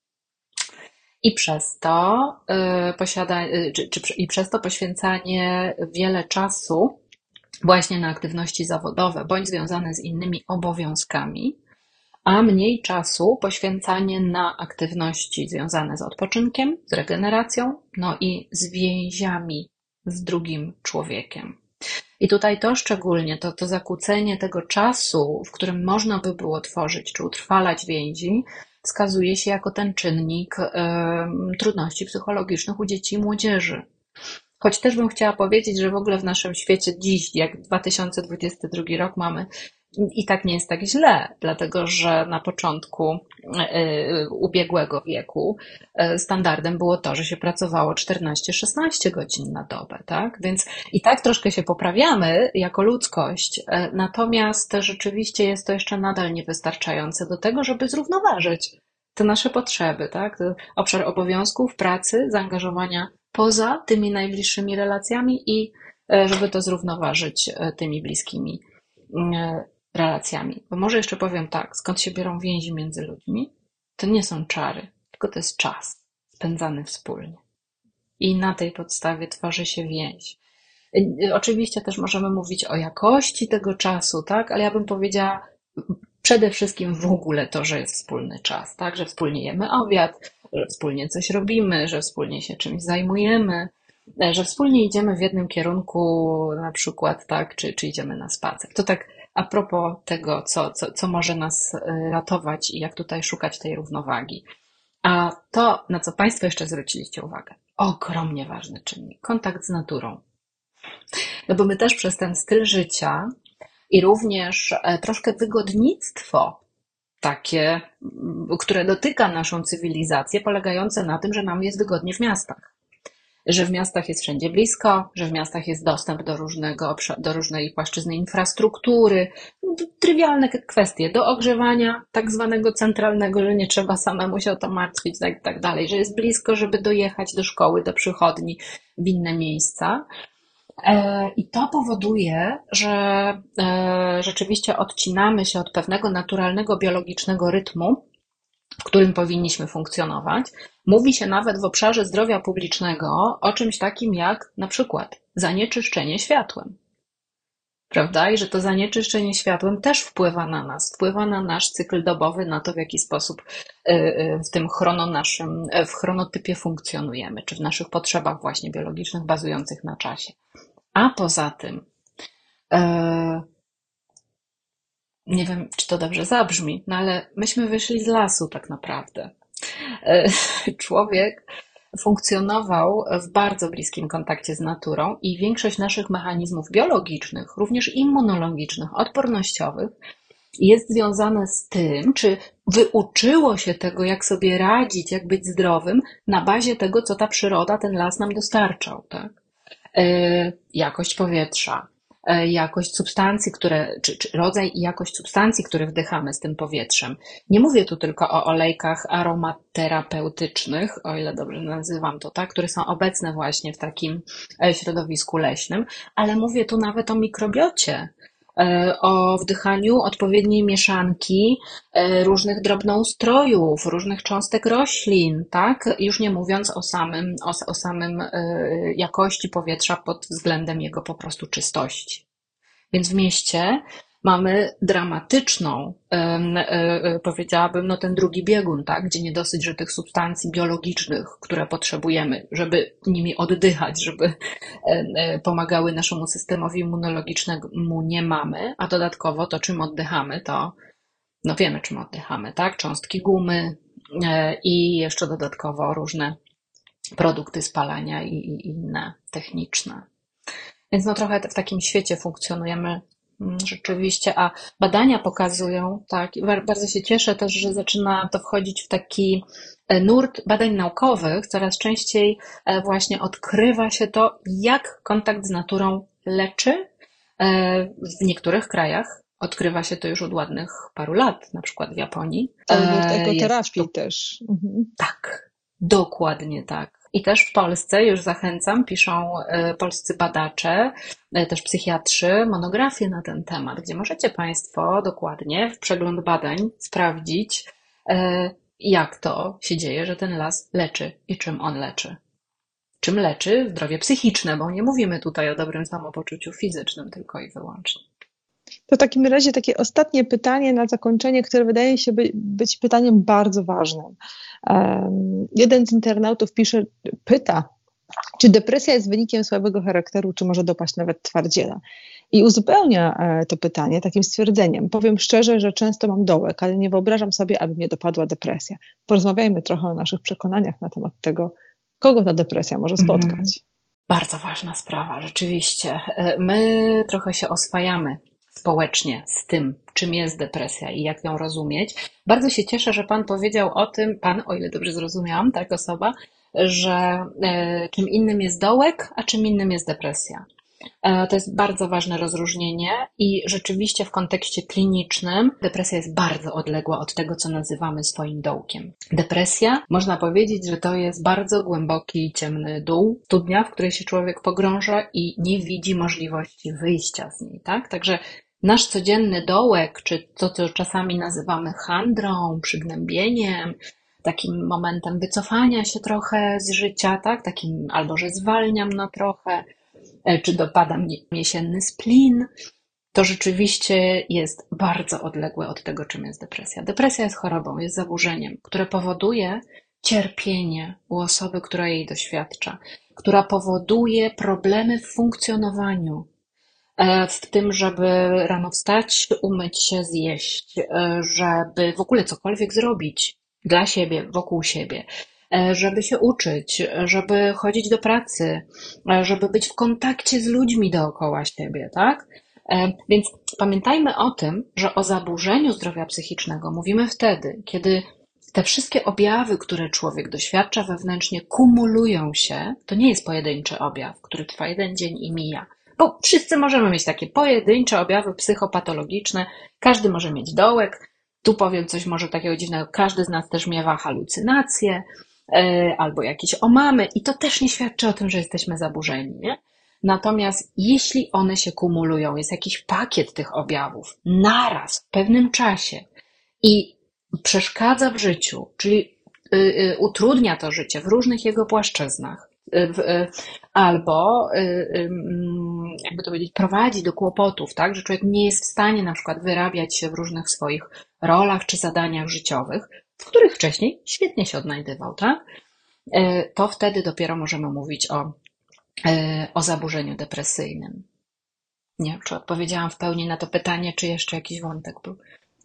I przez to, yy, posiada, yy, czy, czy, i przez to poświęcanie wiele czasu właśnie na aktywności zawodowe bądź związane z innymi obowiązkami, a mniej czasu poświęcanie na aktywności związane z odpoczynkiem, z regeneracją, no i z więziami z drugim człowiekiem. I tutaj to szczególnie, to, to zakłócenie tego czasu, w którym można by było tworzyć czy utrwalać więzi, wskazuje się jako ten czynnik y, trudności psychologicznych u dzieci i młodzieży. Choć też bym chciała powiedzieć, że w ogóle w naszym świecie dziś, jak dwa tysiące dwudziesty drugi rok mamy, i tak nie jest tak źle, dlatego że na początku y, ubiegłego wieku y, standardem było to, że się pracowało czternaście szesnaście godzin na dobę, tak? Więc i tak troszkę się poprawiamy jako ludzkość, y, natomiast rzeczywiście jest to jeszcze nadal niewystarczające do tego, żeby zrównoważyć te nasze potrzeby, tak? Obszar obowiązków, pracy, zaangażowania poza tymi najbliższymi relacjami i y, żeby to zrównoważyć y, tymi bliskimi y, relacjami. Bo może jeszcze powiem tak, skąd się biorą więzi między ludźmi? To nie są czary, tylko to jest czas spędzany wspólnie. I na tej podstawie tworzy się więź. Oczywiście też możemy mówić o jakości tego czasu, tak? Ale ja bym powiedziała przede wszystkim w ogóle to, że jest wspólny czas, tak? Że wspólnie jemy obiad, że wspólnie coś robimy, że wspólnie się czymś zajmujemy, że wspólnie idziemy w jednym kierunku na przykład, tak? Czy, czy idziemy na spacer. To tak a propos tego, co, co, co może nas ratować i jak tutaj szukać tej równowagi. A to, na co Państwo jeszcze zwróciliście uwagę, ogromnie ważny czynnik, kontakt z naturą. No bo my też przez ten styl życia i również troszkę wygodnictwo takie, które dotyka naszą cywilizację, polegające na tym, że nam jest wygodnie w miastach. Że w miastach jest wszędzie blisko, że w miastach jest dostęp do różnego, do różnej płaszczyzny infrastruktury, trywialne kwestie do ogrzewania tak zwanego centralnego, że nie trzeba samemu się o to martwić i tak dalej, że jest blisko, żeby dojechać do szkoły, do przychodni, w inne miejsca. I to powoduje, że rzeczywiście odcinamy się od pewnego naturalnego, biologicznego rytmu, w którym powinniśmy funkcjonować. Mówi się nawet w obszarze zdrowia publicznego o czymś takim jak na przykład zanieczyszczenie światłem. Prawda? I że to zanieczyszczenie światłem też wpływa na nas, wpływa na nasz cykl dobowy, na to, w jaki sposób w tym chrono naszym, w chronotypie funkcjonujemy, czy w naszych potrzebach właśnie biologicznych bazujących na czasie. A poza tym, nie wiem, czy to dobrze zabrzmi, no ale myśmy wyszli z lasu tak naprawdę. człowiek funkcjonował w bardzo bliskim kontakcie z naturą i większość naszych mechanizmów biologicznych, również immunologicznych, odpornościowych, jest związane z tym, czy wyuczyło się tego, jak sobie radzić, jak być zdrowym, na bazie tego, co ta przyroda, ten las nam dostarczał, tak? E, jakość powietrza, e, jakość substancji, które, czy, czy rodzaj i jakość substancji, które wdychamy z tym powietrzem. Nie mówię tu tylko o olejkach aromaterapeutycznych, o ile dobrze nazywam to, tak, które są obecne właśnie w takim środowisku leśnym, ale mówię tu nawet o mikrobiocie, o wdychaniu odpowiedniej mieszanki różnych drobnoustrojów, różnych cząstek roślin, tak? Już nie mówiąc o samym, o, o samym jakości powietrza pod względem jego po prostu czystości. Więc w mieście mamy dramatyczną, powiedziałabym, no ten drugi biegun, tak? Gdzie nie dosyć, że tych substancji biologicznych, które potrzebujemy, żeby nimi oddychać, żeby pomagały naszemu systemowi immunologicznemu, nie mamy, a dodatkowo to, czym oddychamy, to no wiemy, czym oddychamy, tak? Cząstki gumy i jeszcze dodatkowo różne produkty spalania i, i inne techniczne. Więc no trochę w takim świecie funkcjonujemy rzeczywiście, a badania pokazują, tak, bardzo się cieszę też, że zaczyna to wchodzić w taki nurt badań naukowych, coraz częściej właśnie odkrywa się to, jak kontakt z naturą leczy. W niektórych krajach odkrywa się to już od ładnych paru lat, na przykład w Japonii. Cały nurt ekoterapii to... też. Mhm. Tak, dokładnie tak. I też w Polsce, już zachęcam, piszą polscy badacze, też psychiatrzy, monografie na ten temat, gdzie możecie Państwo dokładnie w przegląd badań sprawdzić, jak to się dzieje, że ten las leczy i czym on leczy. Czym leczy zdrowie psychiczne, bo nie mówimy tutaj o dobrym samopoczuciu fizycznym tylko i wyłącznie. To w takim razie takie ostatnie pytanie na zakończenie, które wydaje się by, być pytaniem bardzo ważnym. Um, jeden z internautów pisze, pyta, czy depresja jest wynikiem słabego charakteru, czy może dopaść nawet twardziela? I uzupełnia to pytanie takim stwierdzeniem. Powiem szczerze, że często mam dołek, ale nie wyobrażam sobie, aby mnie dopadła depresja. Porozmawiajmy trochę o naszych przekonaniach na temat tego, kogo ta depresja może spotkać. Mm. Bardzo ważna sprawa, rzeczywiście. My trochę się oswajamy społecznie z tym, czym jest depresja i jak ją rozumieć. Bardzo się cieszę, że Pan powiedział o tym, Pan, o ile dobrze zrozumiałam, tak, osoba, że e, czym innym jest dołek, a czym innym jest depresja. E, to jest bardzo ważne rozróżnienie i rzeczywiście w kontekście klinicznym depresja jest bardzo odległa od tego, co nazywamy swoim dołkiem. Depresja, można powiedzieć, że to jest bardzo głęboki, ciemny dół, studnia, w której się człowiek pogrąża i nie widzi możliwości wyjścia z niej, tak? Także nasz codzienny dołek, czy to, co czasami nazywamy handrą, przygnębieniem, takim momentem wycofania się trochę z życia, tak? Takim albo, że zwalniam na trochę, czy dopada mnie jesienny splin, to rzeczywiście jest bardzo odległe od tego, czym jest depresja. Depresja jest chorobą, jest zaburzeniem, które powoduje cierpienie u osoby, która jej doświadcza, która powoduje problemy w funkcjonowaniu, w tym, żeby rano wstać, umyć się, zjeść, żeby w ogóle cokolwiek zrobić dla siebie, wokół siebie, żeby się uczyć, żeby chodzić do pracy, żeby być w kontakcie z ludźmi dookoła siebie, tak? Więc pamiętajmy o tym, że o zaburzeniu zdrowia psychicznego mówimy wtedy, kiedy te wszystkie objawy, które człowiek doświadcza wewnętrznie, kumulują się. To nie jest pojedynczy objaw, który trwa jeden dzień i mija. Bo wszyscy możemy mieć takie pojedyncze objawy psychopatologiczne. Każdy może mieć dołek. Tu powiem coś może takiego dziwnego. Każdy z nas też miewa halucynacje yy, albo jakieś omamy. I to też nie świadczy o tym, że jesteśmy zaburzeni, nie? Natomiast jeśli one się kumulują, jest jakiś pakiet tych objawów naraz, w pewnym czasie i przeszkadza w życiu, czyli y, y, utrudnia to życie w różnych jego płaszczyznach, y, y, albo y, y, jakby to powiedzieć, prowadzi do kłopotów, tak, że człowiek nie jest w stanie na przykład wyrabiać się w różnych swoich rolach czy zadaniach życiowych, w których wcześniej świetnie się odnajdywał, tak? Y, to wtedy dopiero możemy mówić o, y, o zaburzeniu depresyjnym. Nie wiem, czy odpowiedziałam w pełni na to pytanie, czy jeszcze jakiś wątek był.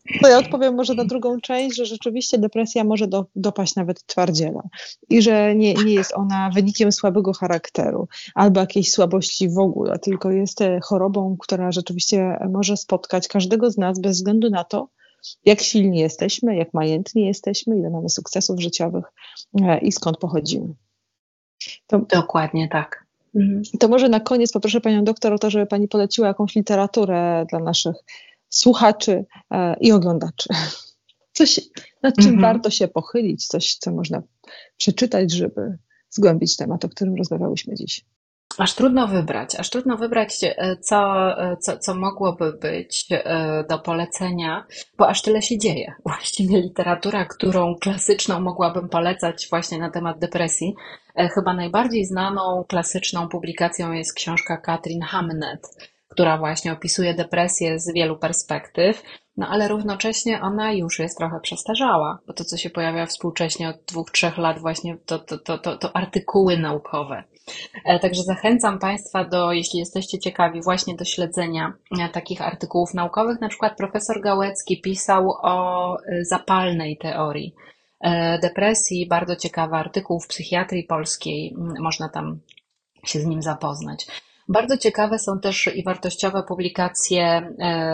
To ja odpowiem może na drugą część, że rzeczywiście depresja może do, dopaść nawet twardziela i że nie, nie jest ona wynikiem słabego charakteru albo jakiejś słabości w ogóle, tylko jest chorobą, która rzeczywiście może spotkać każdego z nas bez względu na to, jak silni jesteśmy, jak majętni jesteśmy, ile mamy sukcesów życiowych i skąd pochodzimy. To, Dokładnie tak. To może na koniec poproszę Panią doktor o to, żeby Pani poleciła jakąś literaturę dla naszych słuchaczy e, i oglądaczy. Coś, nad czym mhm. warto się pochylić, coś, co można przeczytać, żeby zgłębić temat, o którym rozmawiałyśmy dziś. Aż trudno wybrać, aż trudno wybrać, co, co, co mogłoby być do polecenia, bo aż tyle się dzieje. Właściwie literatura, którą klasyczną mogłabym polecać właśnie na temat depresji, chyba najbardziej znaną klasyczną publikacją jest książka Katrin Hamnett, która właśnie opisuje depresję z wielu perspektyw, no ale równocześnie ona już jest trochę przestarzała, bo to, co się pojawia współcześnie od dwóch, trzech lat właśnie, to, to, to, to, to artykuły naukowe. Także zachęcam Państwa do, jeśli jesteście ciekawi, właśnie do śledzenia takich artykułów naukowych. Na przykład profesor Gałecki pisał o zapalnej teorii depresji, bardzo ciekawy artykuł w Psychiatrii Polskiej, można tam się z nim zapoznać. Bardzo ciekawe są też i wartościowe publikacje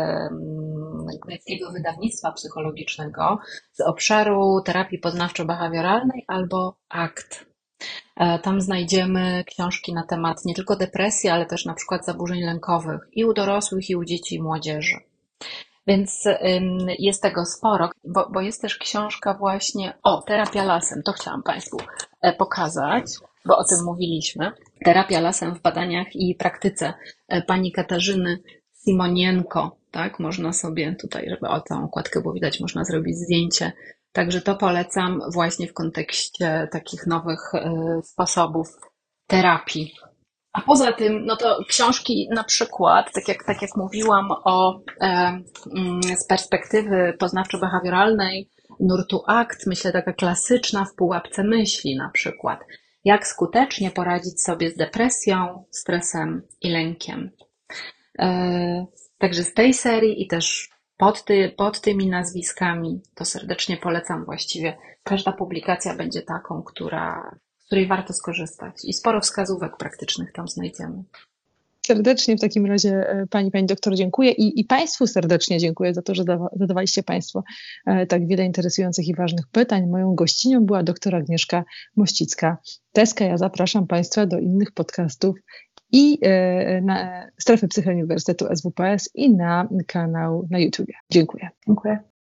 greckiego wydawnictwa psychologicznego z obszaru terapii poznawczo-behawioralnej albo A C T. Tam znajdziemy książki na temat nie tylko depresji, ale też na przykład zaburzeń lękowych i u dorosłych, i u dzieci i młodzieży. Więc jest tego sporo, bo, bo jest też książka właśnie o terapia lasem. To chciałam Państwu pokazać, bo o tym mówiliśmy. Terapia lasem w badaniach i praktyce pani Katarzyny Simonienko. Tak, można sobie tutaj, żeby o tę okładkę było widać, można zrobić zdjęcie. Także to polecam właśnie w kontekście takich nowych sposobów terapii. A poza tym, no to książki na przykład, tak jak, tak jak mówiłam o e, z perspektywy poznawczo-behawioralnej nurtu A C T, myślę taka klasyczna w pułapce myśli na przykład. Jak skutecznie poradzić sobie z depresją, stresem i lękiem. E, także z tej serii i też pod, ty, pod tymi nazwiskami to serdecznie polecam właściwie. Każda publikacja będzie taką, która, z której warto skorzystać i sporo wskazówek praktycznych tam znajdziemy. Serdecznie w takim razie Pani, Pani doktor dziękuję i, i Państwu serdecznie dziękuję za to, że zadawaliście Państwo tak wiele interesujących i ważnych pytań. Moją gościnią była doktor Agnieszka Mościcka-Teska. Ja zapraszam Państwa do innych podcastów i na strefę Psyche Uniwersytetu S W P S i na kanał na YouTubie. Dziękuję. Dziękuję.